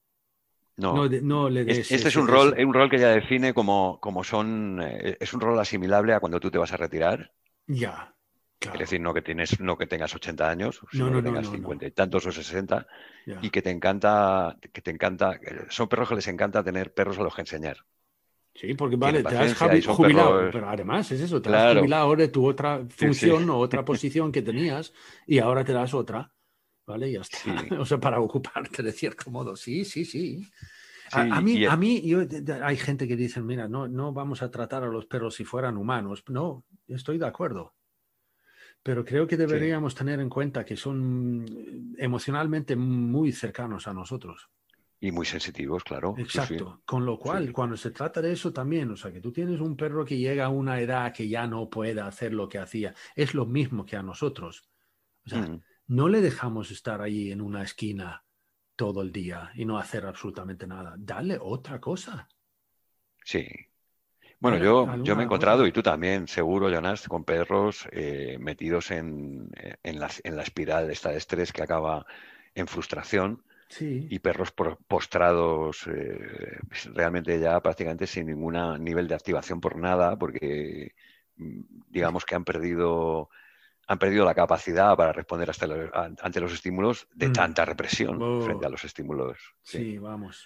No, No. de- no le Es- des Este es un ese, rol, ese. es un rol que ya define como, como son, eh, es un rol asimilable a cuando tú te vas a retirar. Ya, Es claro. decir, no que tienes, no que tengas ochenta años, No, sino no, que no, tengas no, no. cincuenta y tantos o sesenta, y Ya. que te encanta, que te encanta, son perros que les encanta tener perros a los que enseñar. Sí, porque Tienen vale, te has paciencia y javi- son jubilado, perros, pero además es eso, te has claro, jubilado de tu otra sí, sí, función o otra posición que tenías y ahora te das otra, ¿vale? Y ya está. sí, O sea, para ocuparte de cierto modo. Sí, sí, sí. A, a sí, mí, y, a mí yo, de- de- hay gente que dice, mira, no, no vamos a tratar a los perros si fueran humanos. No, estoy de acuerdo. Pero creo que sí, deberíamos tener en cuenta que son emocionalmente muy cercanos a nosotros. y muy sensitivos, claro, sí, sí, Exacto. Con lo sí, cual, cuando se trata de eso también, o sea, que tú tienes un perro que llega a una edad que ya no puede hacer lo que hacía, es lo mismo que a nosotros. O sea, mm, no le dejamos estar ahí en una esquina todo el día y no hacer absolutamente nada. Dale otra cosa. sí. Bueno, Dale yo, yo me he alguna encontrado, otra. y tú también, seguro, Jonas, con perros eh, metidos en, en la, en la espiral esta de estrés que acaba en frustración Sí. y perros por- postrados eh, realmente ya prácticamente sin ningún nivel de activación por nada, porque mm, digamos que han perdido, han perdido la capacidad para responder hasta los- an- ante los estímulos de Mm. tanta represión frente Oh, a los estímulos. Sí. sí, vamos.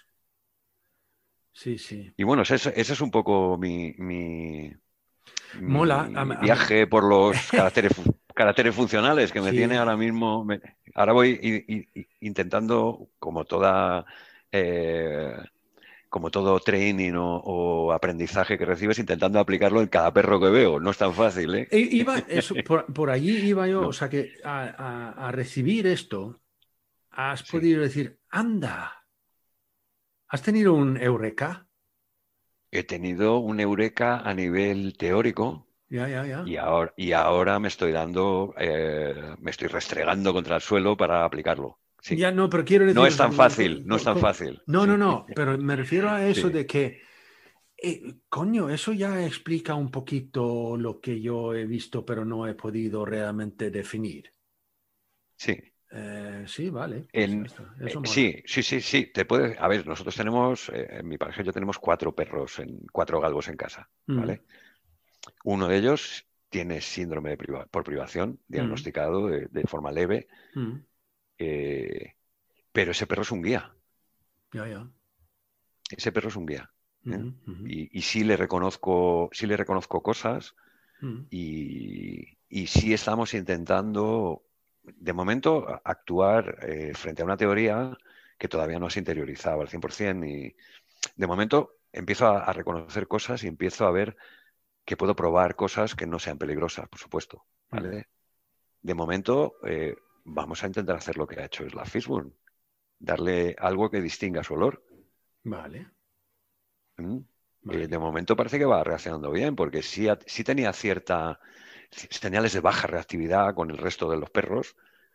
Sí, sí. Y bueno, ese, es ese es un poco mi, mi, Mola. A, mi a mí. viaje por los caracteres, fu- caracteres funcionales que me tiene Sí. ahora mismo. me- ahora voy i- i- i- intentando, como toda, eh, como todo training o, o aprendizaje que recibes, intentando aplicarlo en cada perro que veo. No es tan fácil, ¿eh? I- Iba, eso, por, por allí iba yo, o No, sea que a, a- a recibir esto, has sí. podido decir, anda, ¿has tenido un eureka? He tenido un eureka a nivel teórico. Ya, ya, ya. Y ahora, y ahora me estoy dando, eh, me estoy restregando contra el suelo para aplicarlo. Sí. Ya no, pero quiero No decir, o es sea, tan co- fácil, no es co- tan co- fácil. no, no, Sí, no, pero me refiero a eso sí, de que, eh, coño, eso ya explica un poquito lo que yo he visto, pero no he podido realmente definir. sí. Eh, sí, vale, pues ya En, está, eh, eso mola. sí, sí, sí, sí. Te puede, a ver, nosotros tenemos, eh, en mi pareja y yo tenemos cuatro perros, en, cuatro galgos en casa, Mm, ¿vale? Uno de ellos tiene síndrome de priva- por privación, mm, diagnosticado de, de forma leve, mm, eh, pero ese perro es un guía. ya, ya. Ese perro es un guía. ¿eh? Ujú, ujú, Y, y sí le reconozco, sí le reconozco cosas mm, y, y sí estamos intentando, de momento, a- actuar eh, frente a una teoría que todavía no has interiorizado al cien por ciento y de momento empiezo a, a reconocer cosas y empiezo a ver que puedo probar cosas que no sean peligrosas, por supuesto, ¿vale? Mm. De momento eh, vamos a intentar hacer lo que ha hecho Slav Fishburne, darle algo que distinga su olor. Vale. ¿Mm? Vale. Eh, de momento parece que va reaccionando bien, porque sí, sí tenía ciertas señales de baja reactividad con el resto de los perros,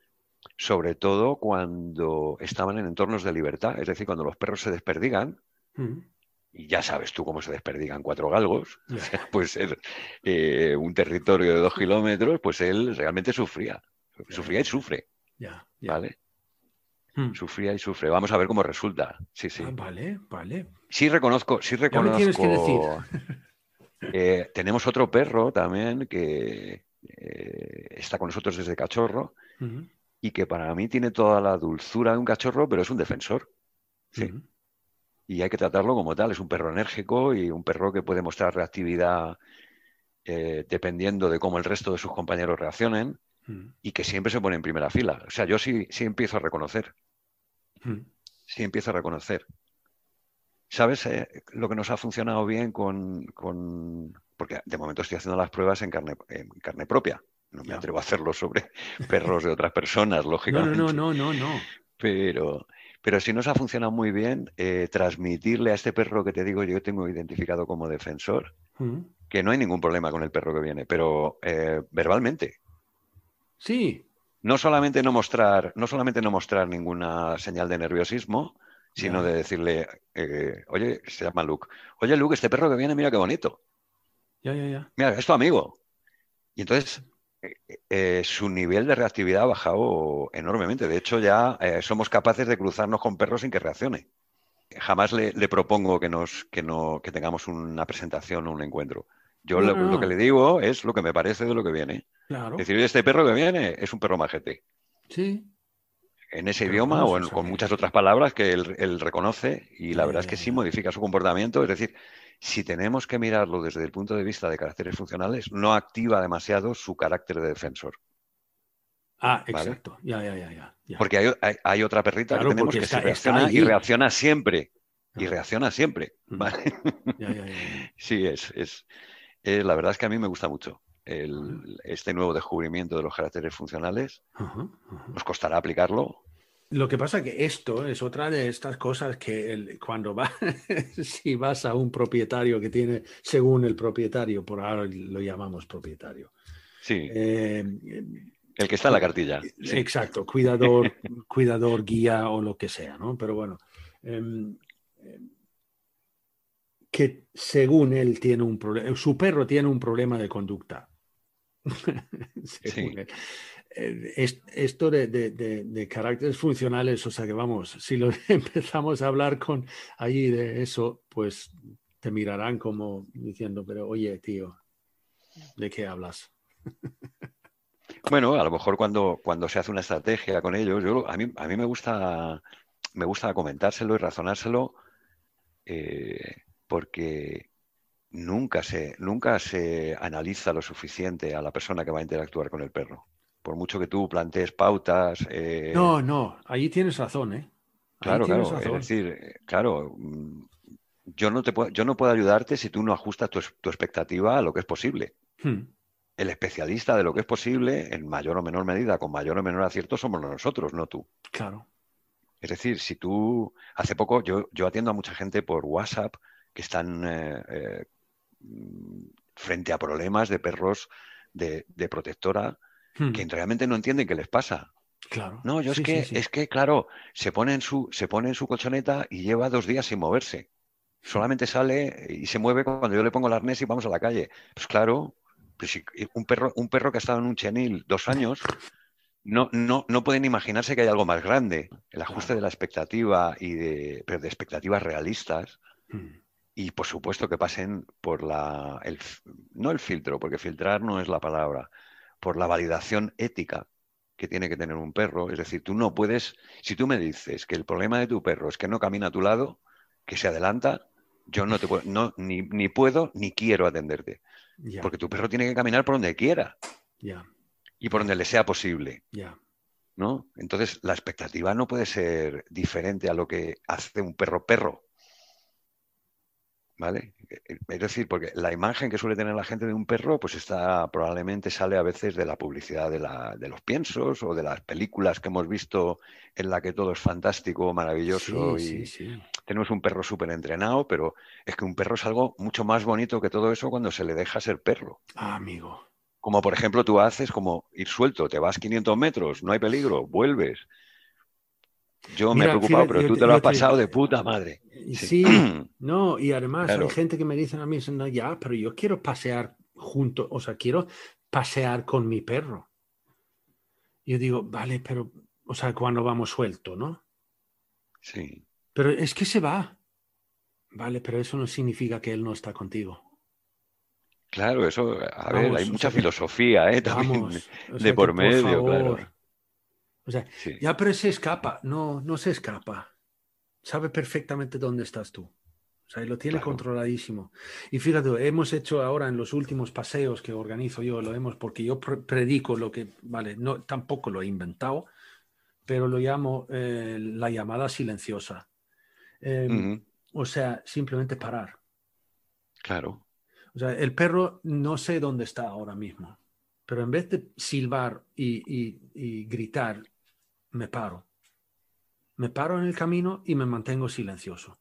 sobre todo cuando estaban en entornos de libertad, es decir, cuando los perros se desperdigan, mm. y ya sabes tú cómo se desperdigan cuatro galgos, yeah. Puede ser eh, un territorio de dos kilómetros, pues él realmente sufría, yeah. sufría y sufre, yeah. Yeah. ¿vale? Hmm. Sufría y sufre. Vamos a ver cómo resulta. Sí, sí. Ah, vale, vale. Sí reconozco, sí reconozco. Ya me tienes que decir. eh, tenemos otro perro también que eh, está con nosotros desde cachorro uh-huh. y que para mí tiene toda la dulzura de un cachorro, pero es un defensor. Sí. Uh-huh. Y hay que tratarlo como tal. Es un perro enérgico y un perro que puede mostrar reactividad eh, dependiendo de cómo el resto de sus compañeros reaccionen. Y que siempre se pone en primera fila. O sea, yo sí, sí empiezo a reconocer. Hmm. Sí empiezo a reconocer. ¿Sabes eh, lo que nos ha funcionado bien con, con...? Porque de momento estoy haciendo las pruebas en carne, en carne propia. No me yeah. atrevo a hacerlo sobre perros de otras personas, lógicamente. No, no, no, no, no. Pero, pero sí nos ha funcionado muy bien eh, transmitirle a este perro que te digo yo tengo identificado como defensor, hmm. que no hay ningún problema con el perro que viene, pero eh, verbalmente. Sí. No solamente no mostrar, no solamente no mostrar ninguna señal de nerviosismo, sino yeah. de decirle, eh, oye, se llama Luke, oye Luke, este perro que viene, mira qué bonito. Ya, ya, ya. Mira, es tu amigo. Y entonces eh, eh, su nivel de reactividad ha bajado enormemente. De hecho, ya eh, somos capaces de cruzarnos con perros sin que reaccione. Jamás le, le propongo que, nos, que, no, que tengamos una presentación o un encuentro. Yo no, lo, no. lo que le digo es lo que me parece de lo que viene. Claro. Es decir, este perro que viene es un perro majete. Sí. En ese Pero idioma vamos, o en, o sea, con muchas otras palabras que él, él reconoce y la ya, verdad ya, es que ya, sí ya. modifica su comportamiento. Es decir, si tenemos que mirarlo desde el punto de vista de caracteres funcionales, no activa demasiado su carácter de defensor. Ah, ¿vale? exacto. Ya, ya, ya, ya, ya. Porque hay, hay, hay otra perrita claro, que tenemos que está, se reacciona y reacciona siempre. Ah. Y reacciona siempre. ¿vale? Ya, ya, ya, ya. Sí, es, es, es. La verdad es que a mí me gusta mucho. El, este nuevo descubrimiento de los caracteres funcionales. Uh-huh, uh-huh. Nos costará aplicarlo. Lo que pasa es que esto es otra de estas cosas que el, cuando vas, si vas a un propietario que tiene, según el propietario, por ahora lo llamamos propietario. Sí. Eh, el que está en la cartilla. Sí. Exacto, cuidador, cuidador, guía o lo que sea, ¿no? Pero bueno, eh, que según él tiene un problema, su perro tiene un problema de conducta. según sí. él. Es, esto de, de, de, de caracteres funcionales, o sea que vamos, si lo empezamos a hablar con allí de eso, pues te mirarán como diciendo, pero oye, tío, ¿de qué hablas? Bueno, a lo mejor cuando, cuando se hace una estrategia con ellos, yo, a, mí, a mí me gusta, me gusta comentárselo y razonárselo eh, porque nunca se, nunca se analiza lo suficiente a la persona que va a interactuar con el perro. Por mucho que tú plantees pautas... Eh... No, no, ahí tienes razón, ¿eh? Ahí claro, tienes claro. razón. Es decir, claro, yo no, te puedo, yo no puedo ayudarte si tú no ajustas tu, tu expectativa a lo que es posible. Hmm. El especialista de lo que es posible, en mayor o menor medida, con mayor o menor acierto, somos nosotros, no tú. Claro. Es decir, si tú... Hace poco yo, yo atiendo a mucha gente por WhatsApp que están eh, eh, frente a problemas de perros de, de protectora hmm. que realmente no entienden qué les pasa. Claro. No, yo sí, es que, sí, sí. es que, claro, se pone, en su, se pone en su colchoneta y lleva dos días sin moverse. Solamente sale y se mueve cuando yo le pongo el arnés y vamos a la calle. Pues claro, pues si un, perro, un perro que ha estado en un chenil dos años, no, no, no pueden imaginarse que hay algo más grande. El ajuste claro. de la expectativa, y de, pero de expectativas realistas. Hmm. Y por supuesto que pasen por la... El, no el filtro, porque filtrar no es la palabra, por la validación ética que tiene que tener un perro. Es decir, tú no puedes... Si tú me dices que el problema de tu perro es que no camina a tu lado, que se adelanta, yo no te puedo... No, ni, ni puedo ni quiero atenderte. Yeah. Porque tu perro tiene que caminar por donde quiera. Yeah. Y por donde le sea posible. Yeah. ¿no? Entonces, la expectativa no puede ser diferente a lo que hace un perro perro, ¿vale? Es decir, porque la imagen que suele tener la gente de un perro, pues está, probablemente sale a veces de la publicidad de, la, de los piensos o de las películas que hemos visto en la que todo es fantástico, maravilloso Sí, sí, y sí. tenemos un perro súper entrenado, pero es que un perro es algo mucho más bonito que todo eso cuando se le deja ser perro. Ah, amigo. Como por ejemplo tú haces como ir suelto, te vas quinientos metros, no hay peligro, vuelves. Yo me he Mira, preocupado, fíjate, pero yo tú te, te lo has yo te- pasado de puta madre. Sí, sí, no, y además hay claro, gente que me dice a mí, no, ya, pero yo quiero pasear junto, o sea, quiero pasear con mi perro. Yo digo, vale, pero, o sea, cuando vamos suelto, ¿no? sí. Pero es que se va. Vale, pero eso no significa que él no está contigo. Claro, eso, a ver, hay Vamos, o mucha sea que, filosofía, ¿eh? También vamos, o de sea que por por medio, claro. favor, o sea, Sí, ya, pero se escapa. No, no se escapa. Sabe perfectamente dónde estás tú. O sea, y lo tiene claro. controladísimo. Y fíjate, hemos hecho ahora en los últimos paseos que organizo yo, lo hemos, porque yo pre- predico lo que, vale, no, tampoco lo he inventado, pero lo llamo eh, la llamada silenciosa. Eh, Ujú, o sea, simplemente parar. claro. O sea, el perro no sé dónde está ahora mismo, pero en vez de silbar y, y- y gritar, me paro. Me paro en el camino y me mantengo silencioso.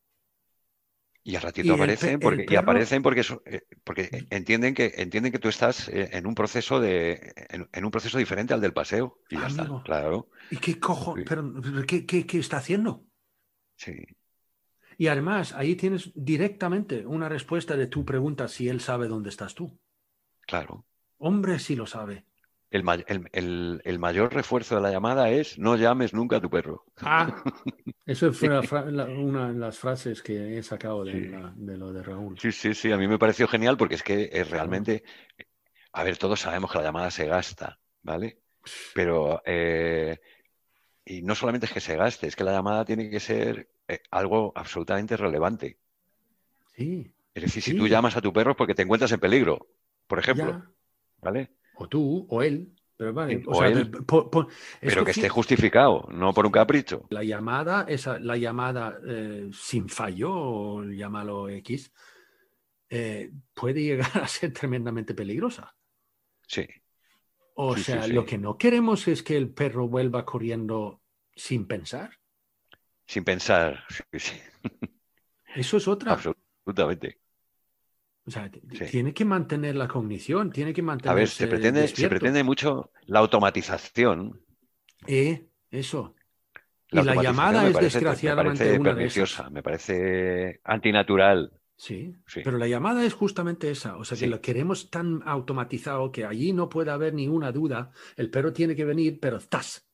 Y al ratito Y el, pe- aparecen el porque, y perro, aparecen porque, so- eh, porque entienden que, entienden que tú estás eh, en un proceso de, en, en un proceso diferente al del paseo. Y ya está, amigo, claro. ¿y qué cojo? Sí, Pero, ¿qué, qué, qué está haciendo? sí, Y además, ahí tienes directamente una respuesta de tu pregunta si él sabe dónde estás tú. claro. Hombre, sí lo sabe. El, may- el- el- el mayor refuerzo de la llamada es no llames nunca a tu perro. Ah, eso fue la fra- la- una de las frases que he sacado de, Sí, la- de lo de Raúl. sí, sí, sí. A mí me pareció genial porque es que es Claro. realmente, a ver, todos sabemos que la llamada se gasta, ¿vale? Pero, eh, y no solamente es que se gaste, es que la llamada tiene que ser eh, algo absolutamente relevante. Sí, Es decir, si tú sí, llamas a tu perro es porque te encuentras en peligro, por ejemplo, ya. ¿vale? O tú, o él. Pero vale, o O sea, de- él, po- po- es pero que que esté fí- justificado, no por un capricho. la llamada, esa, la llamada eh, sin fallo, o llámalo X, eh, puede llegar a ser tremendamente peligrosa. Sí, O sí, sí, sea, lo sí. que no queremos es que el perro vuelva corriendo sin pensar. Sin pensar, sí, sí, Eso es otra. absolutamente. O sea, t- t- Sí. tiene que mantener la cognición, tiene que A ver, se mantenerse pretende, se despierto. pretende mucho la automatización. Eh, eso. La Y la automatización llamada me es parece, me desgraciadamente parece una de esas. perniciosa, me parece antinatural. Sí, Sí, pero la llamada es justamente esa, o sea que sí, la queremos tan automatizado que allí no puede haber ni una duda, el perro tiene que venir, pero ¡tas!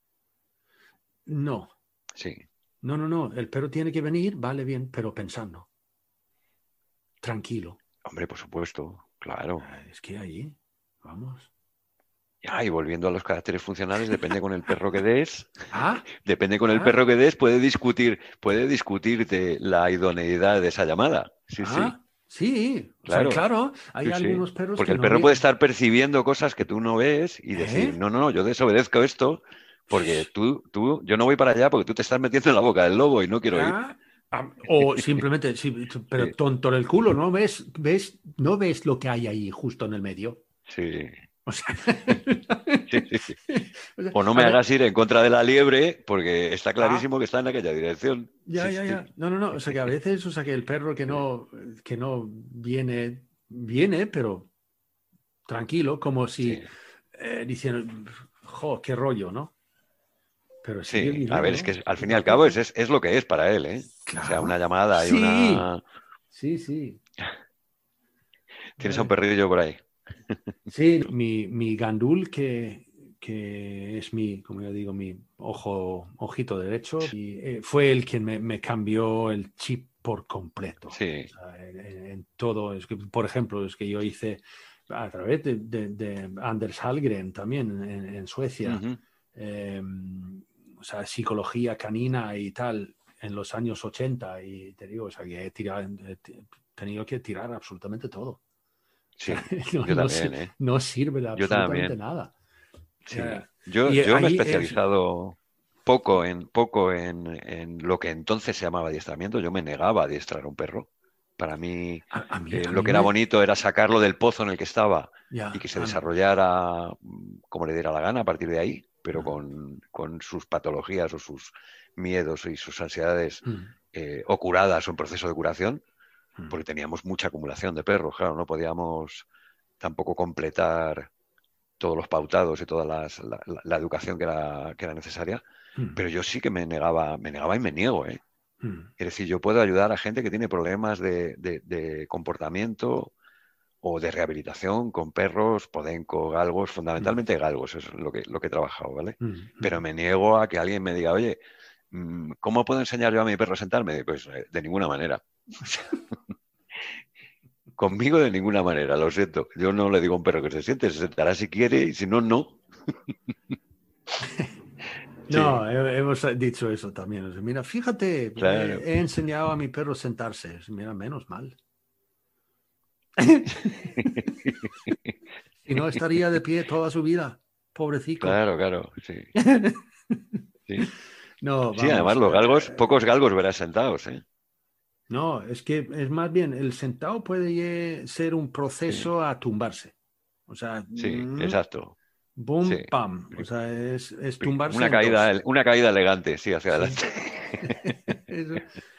No, sí. no, no, no, el perro tiene que venir, vale bien, pero pensando, tranquilo. Hombre, por supuesto, claro. Ah, Es que ahí, vamos. Ya, y volviendo a los caracteres funcionales, depende con el perro que des, Ah, depende con el ah, perro que des, puede discutir, puede discutirte la idoneidad de esa llamada. Sí, sí, ah, sí, o sea, claro. claro, hay Sí, sí. algunos perros Porque que el no perro puede vienen. estar percibiendo cosas que tú no ves y decir, ¿Eh? no, no, no, yo desobedezco esto porque tú, tú, yo no voy para allá porque tú te estás metiendo en la boca del lobo y no quiero ir. Ah, ah, o simplemente, sí, pero Sí, tonto en el culo, ¿no ves, ves, no ves lo que hay ahí justo en el medio? sí, O sea, sí, sí, sí. o sea, O no a me ver, hagas ir en contra de la liebre porque está ah, clarísimo que está en aquella dirección. ya, Sí, ya, sí. ya. No, no, no. O sea, que a veces, o sea, que el perro que Sí, no, que no viene, viene, pero tranquilo, como sí. si eh, diciendo, jo, qué rollo, ¿no? Pero sigue Sí, a ver, es viniendo, que al fin y poquito a al cabo es, poco. es, es lo que es para él, ¿eh? O sea, una Claro. llamada y Sí, una... sí, sí. Tienes a un Vale. perrillo por ahí. Sí, mi, mi gandul, que, que es mi, como yo digo, mi ojo, ojito derecho, y, eh, fue el quien me, me cambió el chip por completo. Sí. O sea, en, en- en todo. Es que, por ejemplo, es que yo hice a través de, de- de Anders Hallgren también en, en Suecia, Ujú. eh, o sea, psicología canina y tal en los años ochenta, y te digo, o sea, que he tirado, he tenido que tirar absolutamente todo. O Sí, sea, no, yo no, si- también, ¿eh? no sirve de Yo absolutamente también. nada. Sí. Eh, Yo, Y yo me he ahí es- especializado poco en, poco en, en lo que entonces se llamaba adiestramiento. Yo me negaba a adiestrar a un perro. Para mí, a, a mí, eh, a lo mí que era me... bonito era sacarlo del pozo en el que estaba y Ya, que se a mí- desarrollara mm, como le diera la gana a partir de ahí, pero Mm, con, con sus patologías o sus miedos y sus ansiedades mm, eh, o curadas o en proceso de curación, mm, porque teníamos mucha acumulación de perros, claro, no podíamos tampoco completar todos los pautados y toda las- la, la- la educación que era, que era necesaria, mm, pero yo sí que me negaba, me negaba y me niego, ¿eh? mm, Es decir, yo puedo ayudar a gente que tiene problemas de, de- de comportamiento o de rehabilitación con perros, podenco, galgos, mm, fundamentalmente galgos, es lo que, lo que he trabajado, ¿vale? mm, Pero mm. me niego a que alguien me diga, oye, mm, ¿cómo puedo enseñar yo a mi perro a sentarme? Pues eh, de ninguna manera. Conmigo de ninguna manera, lo siento. Yo no le digo a un perro que se siente, se sentará si quiere y si no, no. No, Sí, he- hemos dicho eso también. O sea, mira, fíjate, eh, claro. he enseñado a mi perro a sentarse. Mira, menos mal. Si no, estaría de pie toda su vida. Pobrecito. Claro, claro, sí, sí. No, Sí, además vamos. los galgos, pocos eh, galgos verás sentados, ¿eh? no, es que es más bien, el sentado puede lle- ser un Sí, proceso a tumbarse. O sea, sí, mm, exacto. Sí. boom, pam. O sea, es, es tumbarse Una en caída, dos. una caída elegante, sí, hacia Sí. adelante. Eso.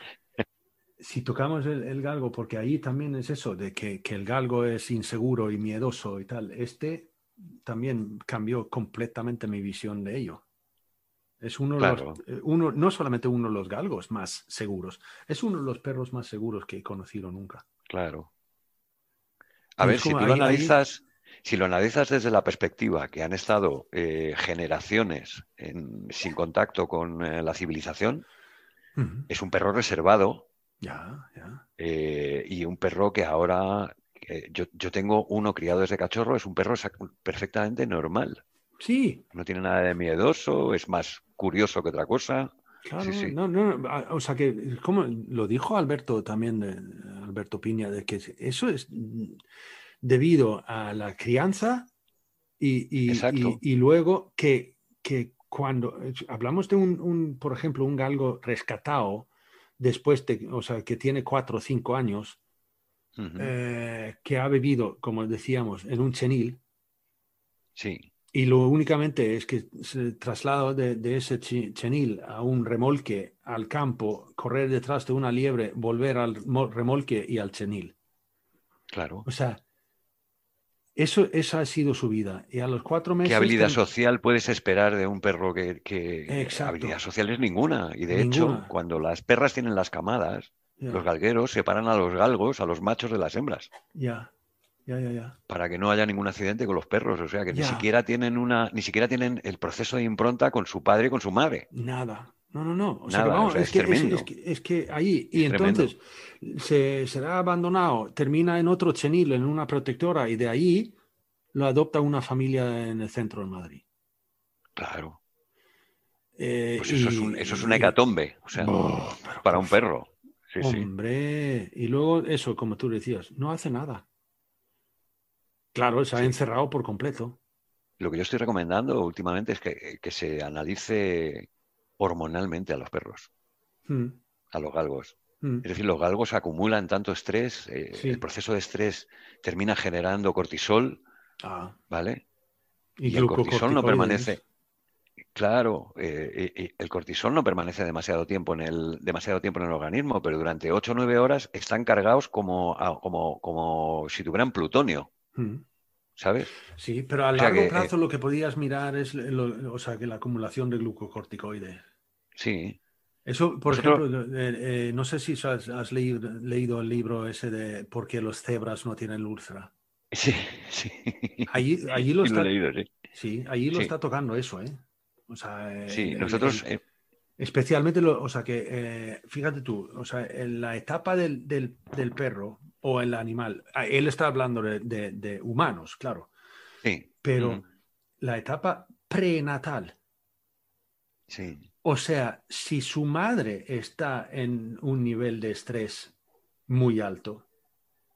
Si tocamos el, el galgo, porque ahí también es eso, de que, que el galgo es inseguro y miedoso y tal, este también cambió completamente mi visión de ello. Es uno de los, Claro, eh, uno, no solamente uno de los galgos más seguros, es uno de los perros más seguros que he conocido nunca. claro. A Y es ver, si como tú lo ahí, ahí, analizas, si lo analizas desde la perspectiva que han estado eh, generaciones en- sin contacto con eh, la civilización, ujú, es un perro reservado ya, ya, eh, y un perro que ahora, eh, yo, yo tengo uno criado desde cachorro, es un perro sa- perfectamente normal. sí, No tiene nada de miedoso, es más curioso que otra cosa. Sí, claro, sí, no, no, no, a- o sea que, como lo dijo Alberto también, de- Alberto Piña, de que eso es mm, debido a la crianza y, y- y- exacto. y luego que, que cuando hablamos de un, un, por ejemplo, un galgo rescatado después de, o sea, que tiene cuatro o cinco años, Ujú. eh, que ha vivido, como decíamos, en un chenil, Sí, y lo únicamente es que se traslada de, de ese chi- chenil a un remolque al campo, correr detrás de una liebre, volver al mo- remolque y al chenil. claro. O sea, eso, esa ha sido su vida. Y a los cuatro ¿Qué meses, habilidad ten- social puedes esperar de un perro que, que habilidad exacto, social es ninguna? Y de hecho, ninguna. cuando las perras tienen las camadas, los Ya, galgueros separan a los galgos, a los machos de las hembras, ya, ya, ya, ya. para que no haya ningún accidente con los perros. O sea, que ni Ya, siquiera tienen una, ni siquiera tienen el proceso de impronta con su padre y con su madre. nada. No, no, no. O sea que Nada, o vamos, sea, es es que es, es tremendo, que es que ahí, y es tremendo. entonces se será abandonado, termina en otro chenil, en una protectora, y de ahí lo adopta una familia en el centro de Madrid. Claro. Eh, Pues eso es un, eso es una y, y- hecatombe, o sea, oh, pero para por un favor, perro. Sí, sí. hombre. Y luego eso, como tú decías, no hace nada. Claro, se ha Sí. encerrado por completo. Lo que yo estoy recomendando últimamente es que, que se analice hormonalmente a los perros, Mm, a los galgos. mm, Es decir, los galgos acumulan tanto estrés, eh, el sí. proceso de estrés termina generando cortisol, Ah, ¿vale? y Y el cortisol no glucocorticoides. permanece, claro, eh, y- y el cortisol no permanece demasiado tiempo en el, demasiado tiempo en el organismo, pero durante ocho o nueve horas están cargados como, a- como, como si tuvieran plutonio, Mm. ¿sabes? Sí, pero a O sea largo que eh, plazo lo que podías mirar es lo- o sea, que la acumulación de glucocorticoides. sí, Eso, por nosotros, ejemplo, eh, eh, no sé si has, has leído, leído el libro ese de ¿Por qué los cebras no tienen úlcera? sí, sí, Allí, allí lo sí lo he está, leído, sí. sí, allí lo Sí, está tocando eso, ¿eh? O sea, el, sí, el- nosotros, el- eh, especialmente, lo, o sea, que eh, fíjate tú, o sea, en la etapa del, del, del perro o el animal, ah, él está hablando de, de- de humanos, claro, sí, pero ujú, la etapa prenatal. sí, O sea, si su madre está en un nivel de estrés muy alto,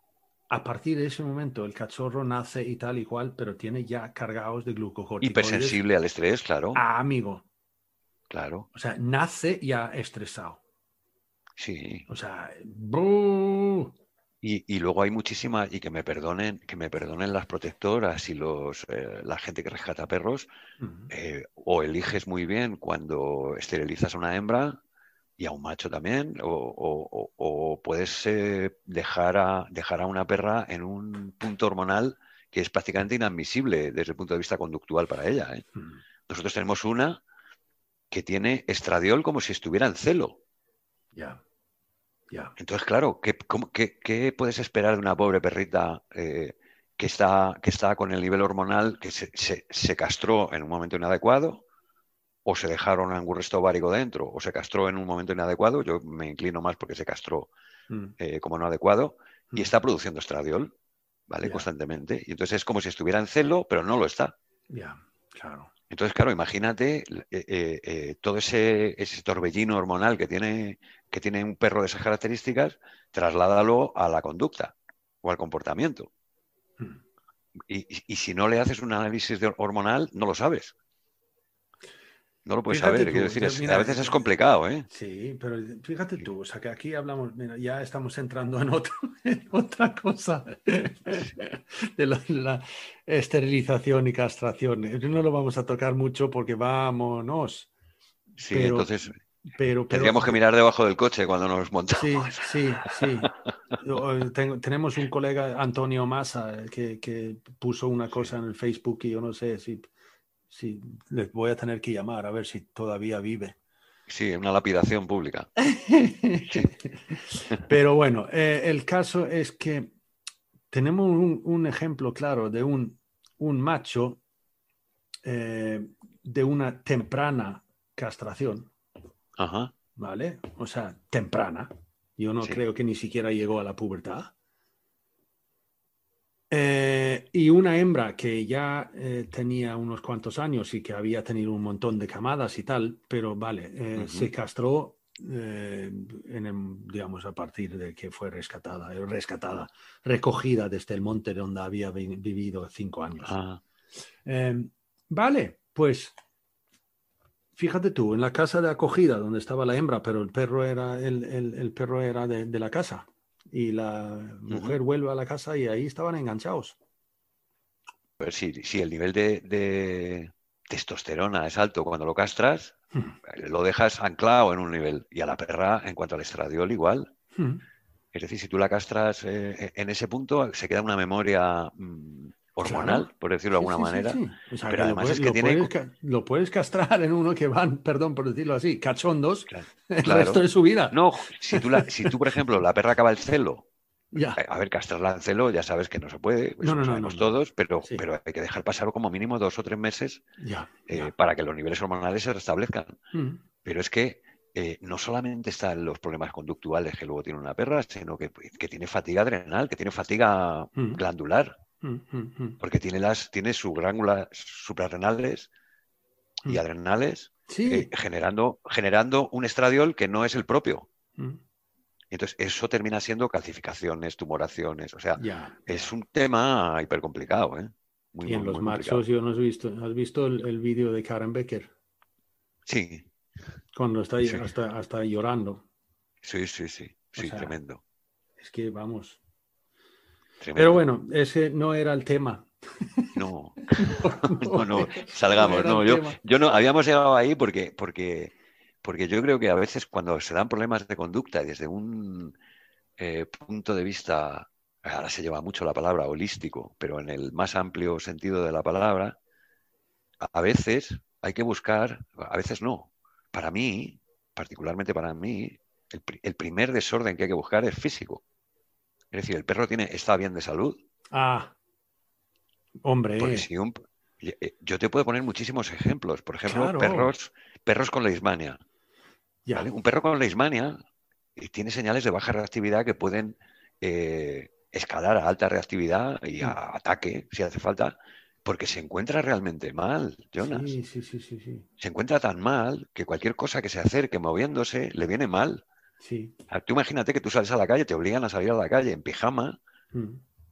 a partir de ese momento el cachorro nace y tal y cual, pero tiene ya cargados de glucocorticoides. Hipersensible al estrés, claro. Ah, amigo. Claro. O sea, nace ya estresado. Sí. O sea, ¡buh! Y, y luego hay muchísimas, y que me perdonen, que me perdonen las protectoras y los eh, la gente que rescata perros, Mm. eh, o eliges muy bien cuando esterilizas a una hembra y a un macho también, o, o- o- o puedes eh, dejar a, dejar a una perra en un punto hormonal que es prácticamente inadmisible desde el punto de vista conductual para ella, ¿eh? Mm. Nosotros tenemos una que tiene estradiol como si estuviera en celo. Ya, ya. Entonces, claro, ¿qué, cómo- qué- qué puedes esperar de una pobre perrita eh, que está, que está con el nivel hormonal, que se, se- se castró en un momento inadecuado, o se dejaron algún resto ovárico dentro, o se castró en un momento inadecuado? Yo me inclino más porque se castró Mm. eh, como no adecuado, y Mm. está produciendo estradiol, ¿vale? Ya. Constantemente. Y entonces es como si estuviera en celo, pero no lo está. Ya, claro. Entonces, claro, imagínate eh, eh, eh, todo ese, ese torbellino hormonal que tiene, que tiene un perro de esas características, trasládalo a la conducta o al comportamiento. Mm. Y, y- y si no le haces un análisis de- hormonal, no lo sabes. No lo puedes Fíjate saber. tú, Quiero decir, ya, es- mira, a veces es eh, complicado, ¿eh? Sí, pero fíjate tú, o sea que aquí hablamos, mira, ya estamos entrando en, otro, en otra cosa de la, la esterilización y castración. No lo vamos a tocar mucho porque vámonos, Sí, pero, entonces pero, pero, tendríamos que de- mirar debajo del coche cuando nos montamos. sí, sí, sí. Yo, tengo- tenemos un colega, Antonio Massa, que, que puso una cosa en el Facebook y yo no sé si, si les voy a tener que llamar a ver si todavía vive. Sí, una lapidación pública. Pero bueno, eh, el caso es que tenemos un, un ejemplo claro de un, un macho eh, de una temprana castración, Ajá, ¿vale? O sea, temprana. Yo no sí. creo que ni siquiera llegó a la pubertad. Eh, y una hembra que ya eh, tenía unos cuantos años y que había tenido un montón de camadas y tal, pero vale, eh, Ujú. se castró, eh, en el- digamos, a partir de que fue rescatada, eh, rescatada, recogida desde el monte donde había vi- vivido cinco años. Ah, Eh, vale, pues fíjate tú, en la casa de acogida donde estaba la hembra, pero el perro era, el, el- el perro era de, de la casa. Y la mujer vuelve a la casa y ahí estaban enganchados. pues sí, si el nivel de, de testosterona es alto cuando lo castras, Hmm. lo dejas anclado en un nivel. Y a la perra, en cuanto al estradiol, igual. Hmm. Es decir, si tú la castras eh, en ese punto, se queda una memoria mm, hormonal, Claro. por decirlo de Sí, alguna sí, sí, manera. sí. O sea, Pero que lo además puedes- es que lo tiene... puedes ca- lo puedes castrar en uno que van, perdón por decirlo así, cachondos Claro, el claro. resto de su vida. No, si tú, la, si tú, por ejemplo, la perra acaba el celo, Ya. a a ver, castrarla en celo, ya sabes que no se puede, eso No, no, lo no, sabemos no, no. todos, pero, Sí. pero hay que dejar pasar como mínimo dos o tres meses Ya. eh, ya. para que los niveles hormonales se restablezcan. Mm. Pero es que eh, no solamente están los problemas conductuales que luego tiene una perra, sino que, que tiene fatiga adrenal, que tiene fatiga Mm. glandular, Mm, mm, mm. porque tiene, las, tiene sus glándulas suprarrenales y Mm. adrenales Sí. eh, generando, generando un estradiol que no es el propio. Mm. Y entonces eso termina siendo calcificaciones, tumoraciones, o sea, Ya. es ya. un tema hiper complicado, ¿eh? Muy, Y en muy, los muy complicado. machos, yo no he visto. ¿Has visto el, el vídeo de Karen Becker? Sí, Cuando está ahí, Sí. hasta, hasta llorando. sí, sí, sí, O sí, sea, tremendo, Es que vamos. tremendo. Pero bueno, ese no era el tema. No, No, no, no, era- salgamos, era no, el yo, tema. yo no, habíamos llegado ahí porque, porque, porque yo creo que a veces cuando se dan problemas de conducta desde un eh, punto de vista, ahora se lleva mucho la palabra holístico, pero en el más amplio sentido de la palabra, a, a veces hay que buscar, a veces no. Para mí, particularmente para mí, el, pri- el primer desorden que hay que buscar es físico. Es decir, el perro tiene, está bien de salud, Ah, hombre. porque si un, eh, yo te puedo poner muchísimos ejemplos. Por ejemplo, Claro. perros, perros con leishmania. Ya. ¿Vale? Un perro con leishmania eh, tiene señales de baja reactividad que pueden eh, escalar a alta reactividad y a Mm. ataque, si hace falta, porque se encuentra realmente mal, Jonas. Sí, sí, sí, sí, sí. Se encuentra tan mal que cualquier cosa que se acerque moviéndose le viene mal. Sí. O sea, tú imagínate que tú sales a la calle, te obligan a salir a la calle en pijama Mm.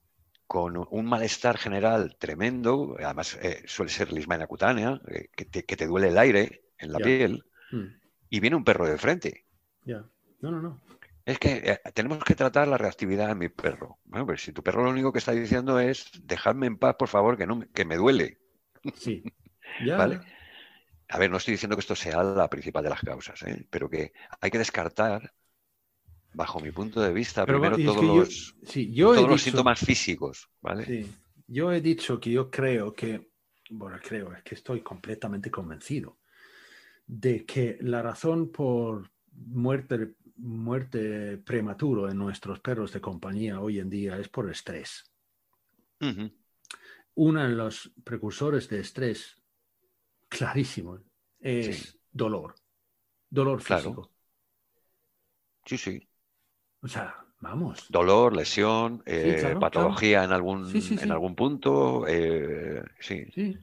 con un malestar general tremendo, además eh, suele ser lismania cutánea, eh, que, te, que te duele el aire en la Ya. piel, Mm. y viene un perro de frente. Ya. No, no, no. Es que eh, tenemos que tratar la reactividad de mi perro. Bueno, pero si tu perro lo único que está diciendo es dejadme en paz, por favor, que, no, me- que me duele, Sí. Ya. ¿vale? A ver, no estoy diciendo que esto sea la principal de las causas, ¿eh? Pero que hay que descartar, bajo mi punto de vista, Pero va- primero y es todos que yo, los, sí, yo he todos los dicho, síntomas físicos, ¿vale? sí, yo he dicho que yo creo que, bueno, creo, es que estoy completamente convencido de que la razón por muerte, muerte prematuro en nuestros perros de compañía hoy en día es por estrés. Ujú. Uno de los precursores de estrés, clarísimo, es Sí. dolor, dolor Claro. físico. Sí, sí. O sea, vamos. Dolor, lesión, Sí, eh, claro, patología en claro. algún, Sí, sí, en sí. algún punto. eh, sí. Sí.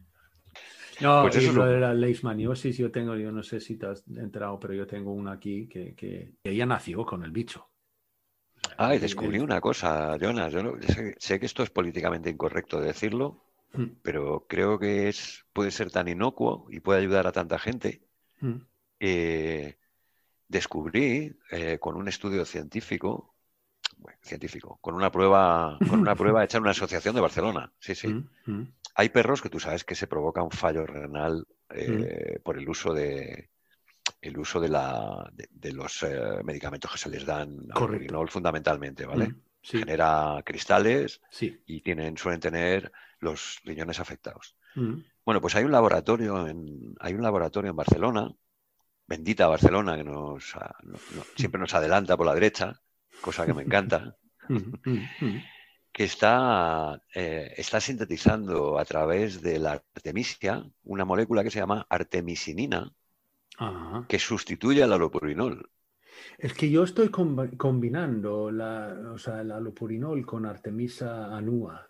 No, Pues y eso es lo de un... la leishmaniosis yo tengo, yo no sé si te has enterado, pero yo tengo una aquí que, que ella nació con el bicho. O sea, Ah, y el- descubrí el- una cosa, Jonas. Yo no- sé, sé que esto es políticamente incorrecto decirlo, Mm, pero creo que es, puede ser tan inocuo y puede ayudar a tanta gente. mm. Eh, descubrí eh, con un estudio científico, bueno, científico, con una prueba, con una prueba hecha en una asociación de Barcelona. Sí, sí. Mm, mm, Hay perros que tú sabes que se provoca un fallo renal mm. eh, por el uso de el uso de, la, de, de los eh, medicamentos que se les dan al Correcto. purinol fundamentalmente, ¿vale? Mm, sí, Genera cristales sí. y tienen, suelen tener los riñones afectados. Mm, Bueno, pues hay un laboratorio en, hay un laboratorio en Barcelona, bendita Barcelona, que nos, a- no- no- siempre nos adelanta por la derecha, cosa que me encanta, mm, mm, mm. que está, eh, está sintetizando a través de la artemisia una molécula que se llama artemisinina, Ajá. que sustituye al alopurinol. Es que yo estoy combi- combinando la, o sea, el alopurinol con Artemisa annua.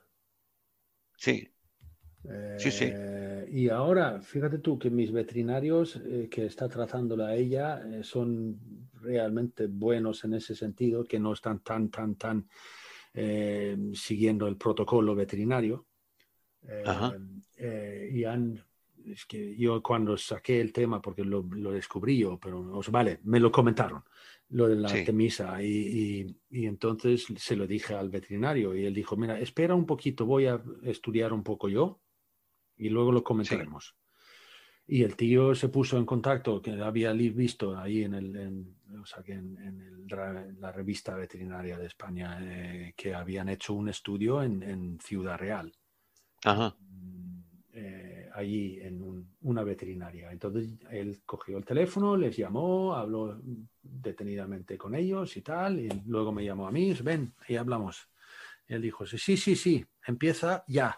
Sí, sí, sí. Eh, y ahora, fíjate tú que mis veterinarios eh, que está tratándola a ella eh, son realmente buenos en ese sentido, que no están tan, tan, tan eh, siguiendo el protocolo veterinario. Eh, Ajá. eh, y han, es que yo cuando saqué el tema, porque lo, lo descubrí yo, pero os vale, me lo comentaron, lo de la Sí, Artemisa, y, y, y entonces se lo dije al veterinario y él dijo, mira, espera un poquito, voy a estudiar un poco yo y luego lo sí. comentaremos. Y el tío se puso en contacto, que había li- visto ahí en, el, en, o sea, que en, en el ra- la revista veterinaria de España, eh, que habían hecho un estudio en, en Ciudad Real, Ajá. mm, eh, allí en un- una veterinaria. Entonces él cogió el teléfono, les llamó, habló detenidamente con ellos y tal, y luego me llamó a mí, ven, ahí hablamos. Y él dijo, sí, sí, sí, sí, empieza ya.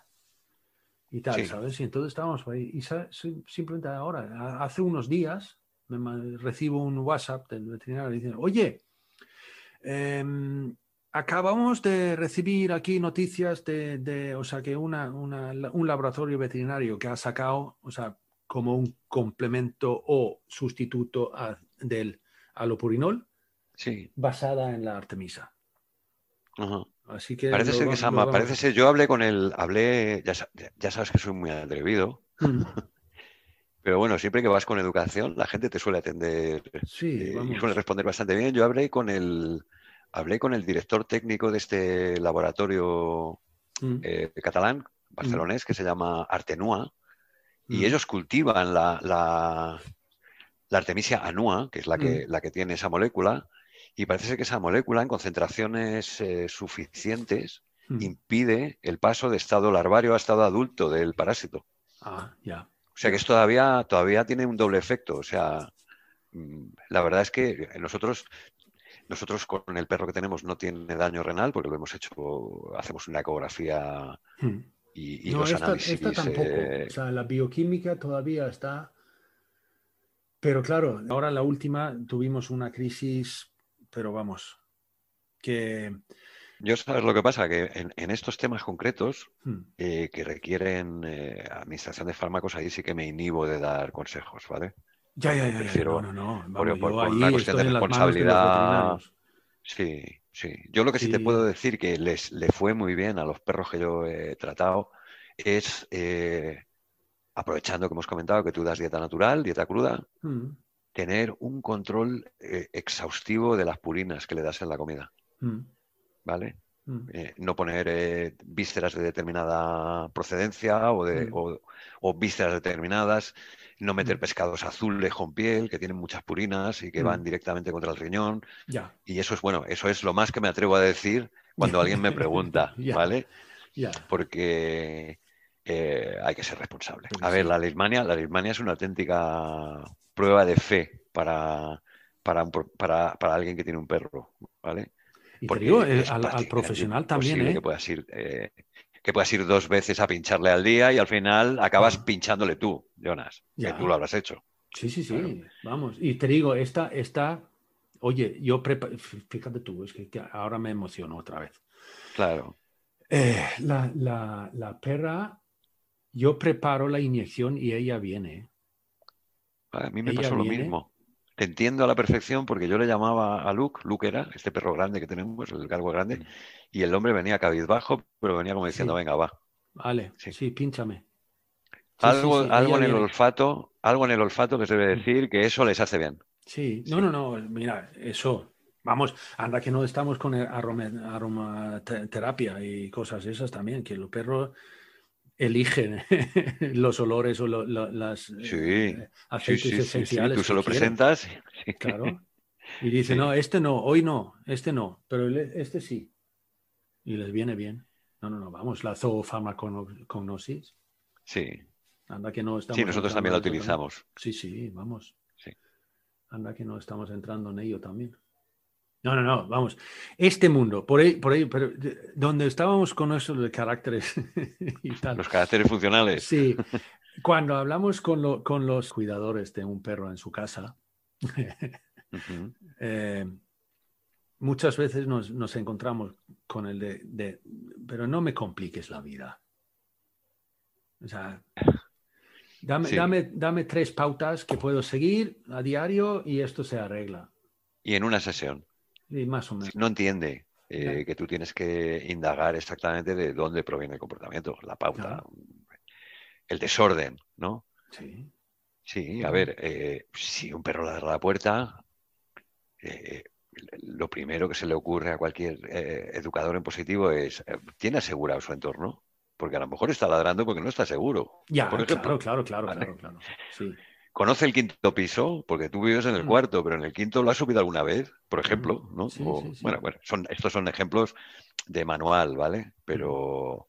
Y tal, Sí, ¿sabes? Y entonces estábamos por ahí. Y sa- sim- simplemente ahora, a- hace unos días, me ma- recibo un WhatsApp del veterinario diciendo, oye, em, acabamos de recibir aquí noticias de, de, o sea, que una, una- un laboratorio veterinario que ha sacado, o sea, como un complemento o sustituto a- del alopurinol sí. basada en la Artemisa. Ajá. Así que Parece lo, ser que va- esa, lo ma- vamos parece a... ser, yo hablé con él, hablé, ya, sa- ya- ya sabes que soy muy atrevido, Mm, pero bueno, siempre que vas con educación, la gente te suele atender sí, eh, y suele vamos. responder bastante bien. Yo hablé con el, hablé con el director técnico de este laboratorio Mm, eh, catalán, mm, barcelonés, que se llama Artenua, y mm, ellos cultivan la, la, la Artemisia annua, que es la mm. que, la que tiene esa molécula, y parece ser que esa molécula en concentraciones eh, suficientes Mm. impide el paso de estado larvario a estado adulto del parásito. Ah, ya, O sea que ya. esto todavía, todavía tiene un doble efecto. O sea, mm, la verdad es que nosotros, nosotros con el perro que tenemos no tiene daño renal porque lo hemos hecho, hacemos una ecografía Mm. y, y No, los esta, esta análisis. tampoco. O eh, sea, la bioquímica todavía está. Pero claro, ahora la última tuvimos una crisis, pero vamos, que. Yo sabes lo que pasa, que en, en estos temas concretos Mm. eh, que requieren eh, administración de fármacos, ahí sí que me inhibo de dar consejos, ¿vale? Ya, ya, Porque ya, ya. No, prefiero, no, no. por, Vamos, por- yo por una ahí cuestión de estoy en las manos de los responsabilidad, veterinarios. sí, sí. Yo lo que sí, sí te puedo Sí. decir que les le fue muy bien a los perros que yo he tratado es, eh, aprovechando que hemos comentado que tú das dieta natural, dieta cruda, Mm, tener un control eh, exhaustivo de las purinas que le das en la comida, mm, ¿vale? mm, Eh, no poner eh, vísceras de determinada procedencia o, de, mm, o, o vísceras determinadas, no meter mm, pescados azules con piel que tienen muchas purinas y que van mm. directamente contra el riñón. Ya. Y eso es bueno, eso es lo más que me atrevo a decir cuando alguien me pregunta, Ya, ¿vale? ya. Porque eh, hay que ser responsable. Porque A ver, sí. la leishmania, la leishmania es una auténtica prueba de fe para, para, un pro- para, para alguien que tiene un perro, ¿vale? Y te digo, Porque eh, es al, al prácticamente profesional también, imposible que ¿eh? puedas ir, eh, que puedas ir dos veces a pincharle al día y al final acabas Ah, pinchándole tú, Jonas, que tú lo ya. habrás hecho. Sí, sí, Claro. sí. Vamos. Y te digo, esta, esta, oye, yo prepa- fíjate tú, es que, que ahora me emociono otra vez. Claro. Eh, la, la, la perra, yo preparo la inyección y ella viene. A mí me Ella pasó lo viene. mismo. Te entiendo a la perfección porque yo le llamaba a Luke, Luke era este perro grande que tenemos, el galgo grande, Mm, y el hombre venía cabizbajo, pero venía como diciendo, sí, venga, va. vale, Sí. sí, pínchame. Sí, sí, Algo, sí, algo ella en el viene. olfato, algo en el olfato que se debe Mm, decir que eso les hace bien. sí, no, Sí. no, no, mira, eso. Vamos, anda que no estamos con el aroma, aromaterapia y cosas esas también, que los perros eligen los olores o lo- lo- las Sí, eh, sí, aceites sí, sí, sí. Tú esenciales se que lo quieren, presentas. claro. Y dice, no, Sí, este no, hoy no, este no, pero el- este sí. Y les viene bien. No, no, no, vamos, la zoofarmacognosis. sí, Anda que no sí, estamos nosotros entrando también a la eso también. utilizamos. Sí, sí, vamos. Sí. Anda que no estamos entrando en ello también. No, no, no, vamos. Este mundo, por ahí, por ahí, pero de- donde estábamos con eso de caracteres y tal. Los caracteres funcionales. Sí, cuando hablamos con, lo- con los cuidadores de un perro en su casa, Ujú. eh, muchas veces nos, nos encontramos con el de, de, pero no me compliques la vida. O sea, dame, Sí. dame, dame tres pautas que puedo seguir a diario y esto se arregla. Y en una sesión. Y más o Si menos. no entiende Ya, eh, que tú tienes que indagar exactamente de dónde proviene el comportamiento, la pauta, claro, el desorden, ¿no? sí. Sí, a Bueno, ver, eh, si un perro ladra a la puerta, eh, lo primero que se le ocurre a cualquier eh, educador en positivo es, eh, ¿tiene asegurado su entorno? Porque a lo mejor está ladrando porque no está seguro, por ya, claro, ejemplo. claro, claro, claro, ¿Vale? claro. Sí. ¿Conoce el quinto piso? Porque tú vives en el Mm, cuarto, pero en el quinto lo has subido alguna vez, por mm, ejemplo, ¿no? sí, sí, O, sí. bueno, bueno, son, estos son ejemplos de manual, ¿vale? Mm, Pero,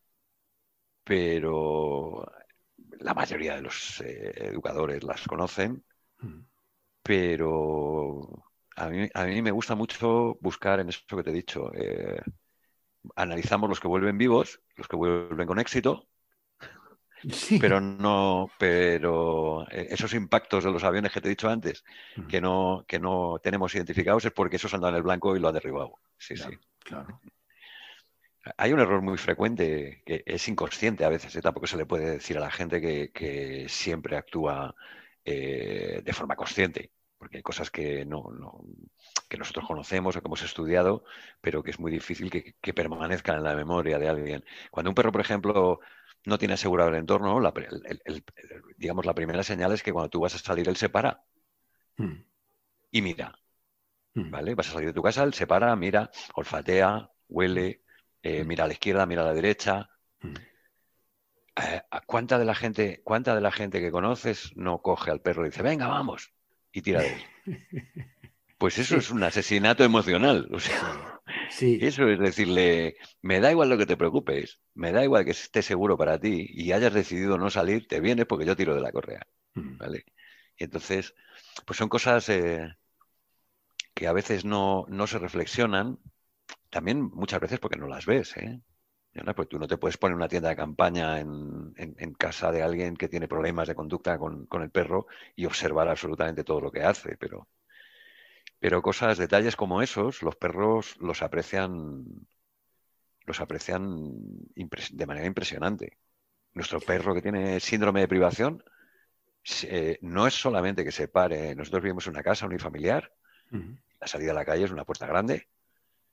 pero la mayoría de los eh, educadores las conocen, mm, pero a mí, a mí me gusta mucho buscar en eso que te he dicho. Eh, analizamos los que vuelven vivos, los que vuelven con éxito, pero sí. no, pero eh, esos impactos de los aviones que te he dicho antes, Mm, que no, que no tenemos identificados, es porque esos han dado en el blanco y lo han derribado. Sí, ya, sí. claro. Hay un error muy frecuente que es inconsciente a veces, ¿eh? Tampoco se le puede decir a la gente que, que siempre actúa eh, de forma consciente, porque hay cosas que, no, no- que nosotros conocemos o que hemos estudiado, pero que es muy difícil que, que permanezcan en la memoria de alguien. Cuando un perro, por ejemplo, no tiene asegurado el entorno, la pri- el- el- el- digamos, la primera señal es que cuando tú vas a salir, él se para Mm, y mira, mm, ¿vale? Vas a salir de tu casa, él se para, mira, olfatea, mm, huele, eh, mm, mira a la izquierda, mira a la derecha. mm. Eh, ¿cuánta de la gente, cuánta de la gente que conoces no coge al perro y dice, venga, vamos, y tira de él? Pues eso es Sí, un asesinato emocional. O sí, sea, sí. eso es decirle, me da igual lo que te preocupes, me da igual que esté seguro para ti y hayas decidido no salir, te vienes porque yo tiro de la correa, Mm, ¿vale? Y entonces, pues son cosas eh, que a veces no, no se reflexionan, también muchas veces porque no las ves, ¿eh? Yolanda, pues tú no te puedes poner una tienda de campaña en, en- en casa de alguien que tiene problemas de conducta con, con el perro y observar absolutamente todo lo que hace, pero, pero cosas, detalles como esos, los perros los aprecian, los aprecian impres- de manera impresionante. Nuestro perro que tiene síndrome de privación, se- no es solamente que se pare, nosotros vivimos en una casa unifamiliar, mm, la salida a la calle es una puerta grande,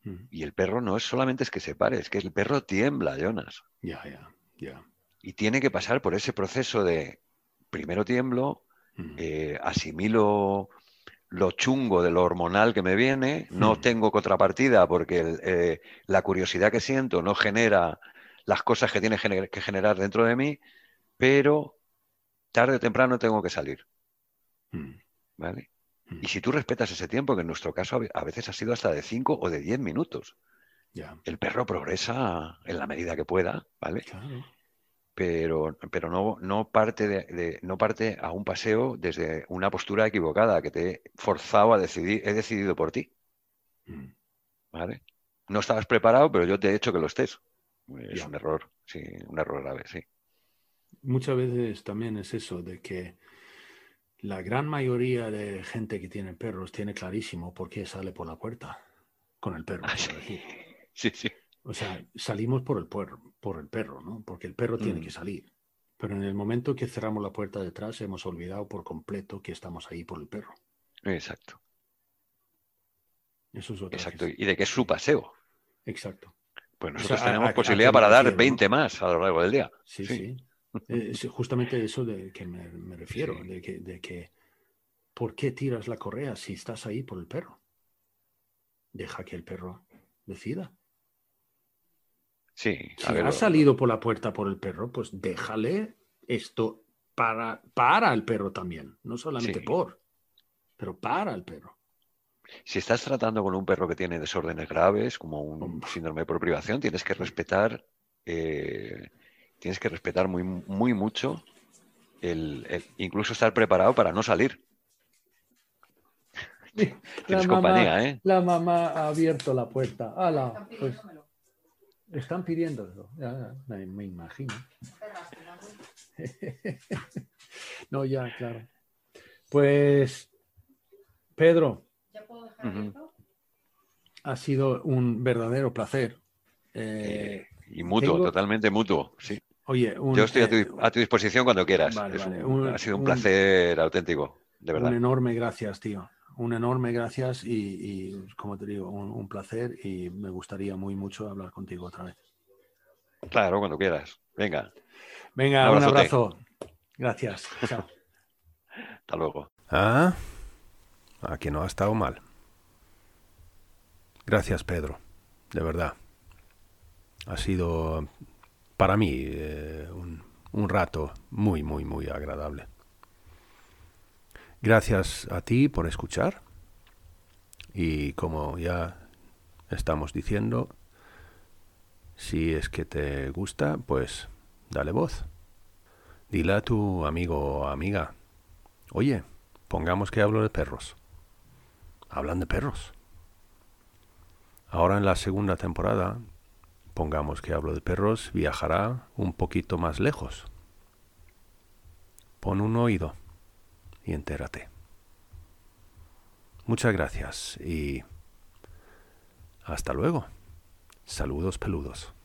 Mm. Y el perro no es solamente es que se pare, es que el perro tiembla, Jonas. Ya, ya, ya. Y tiene que pasar por ese proceso de, primero tiemblo, Mm. eh, asimilo lo chungo de lo hormonal que me viene, no Mm. tengo contrapartida porque el, eh, la curiosidad que siento no genera las cosas que tiene gener- que generar dentro de mí, pero tarde o temprano tengo que salir, Mm. ¿vale? Mm. Y si tú respetas ese tiempo, que en nuestro caso a ve- a veces ha sido hasta de cinco o de diez minutos, Ya, el perro progresa en la medida que pueda, ¿vale? claro. Pero, pero no, no parte de, de- no parte a un paseo desde una postura equivocada, que te he forzado a decidir, he decidido por ti, Mm. ¿vale? No estabas preparado, pero yo te he hecho que lo estés. Es Ya. un error, sí, un error grave, sí. Muchas veces también es eso, de que la gran mayoría de gente que tiene perros tiene clarísimo por qué sale por la puerta con el perro, Ah, sí, quiero decir. sí, sí. O sea, salimos por el, puer- por el perro, ¿no? Porque el perro tiene Mm. que salir. Pero en el momento que cerramos la puerta detrás, hemos olvidado por completo que estamos ahí por el perro. Exacto, Eso es otra exacto. que- Y de que es su sí, paseo. exacto. Pues O nosotros sea, a, a- tenemos a posibilidad qué me para dar refiero, ¿no? veinte más a lo largo del día. Sí, Sí, sí. Eh, Es justamente eso de que me, me refiero, sí. de que, de que ¿por qué tiras la correa si estás ahí por el perro? Deja que el perro decida. Sí, a Si ver, has lo- salido por la puerta por el perro, pues déjale esto para, para el perro también, no solamente sí. por, pero para el perro. Si estás tratando con un perro que tiene desórdenes graves, como un Hombre, síndrome por privación, tienes que sí. respetar, eh, tienes que respetar muy, muy mucho el, el- incluso estar preparado para no salir. La Tienes mamá, compañía, ¿eh? la mamá ha abierto la puerta. ¡Hala! Pues están pidiéndolo. Ya, ya, me, me imagino. No, ya, claro. Pues, Pedro, Ujú. ha sido un verdadero placer. Eh, Eh, y mutuo, tengo, totalmente mutuo, sí. oye, un, Yo estoy a tu, eh, a tu disposición cuando quieras. vale, Es vale, un- un, ha sido un un- placer auténtico, de un verdad. enorme gracias, tío. Un enorme gracias y, y, como te digo, un, un placer y me gustaría muy mucho hablar contigo otra vez. Claro, cuando quieras. Venga, un Venga, un abrazote. abrazo. Gracias. Chao. Hasta luego. Ah, a que no ha estado mal. Gracias, Pedro. De verdad. Ha sido para mí eh, un, un rato muy, muy, muy agradable. Gracias a ti por escuchar. Y como ya estamos diciendo, si es que te gusta, pues dale voz. Dile a tu amigo o amiga, oye, pongamos que hablo de perros. Hablan de perros. Ahora en la segunda temporada, pongamos que hablo de perros, viajará un poquito más lejos. Pon un oído y entérate. Muchas gracias y hasta luego. Saludos peludos.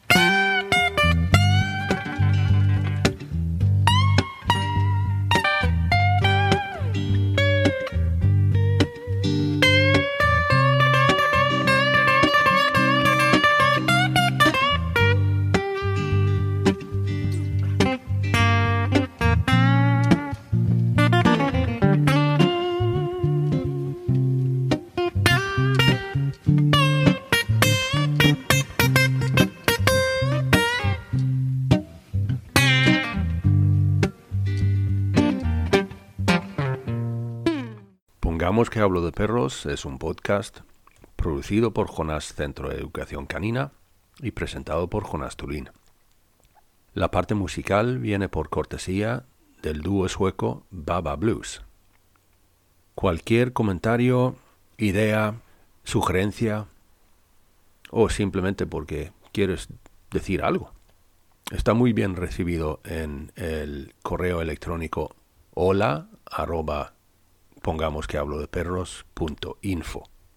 Pongamos que hablo de perros es un podcast producido por Jonás Centro de Educación Canina y presentado por Jonás Tulín. La parte musical viene por cortesía del dúo sueco Baba Blues. Cualquier comentario, idea, sugerencia o simplemente porque quieres decir algo está muy bien recibido en el correo electrónico hola arroba pongamos que hablo de perros punto info.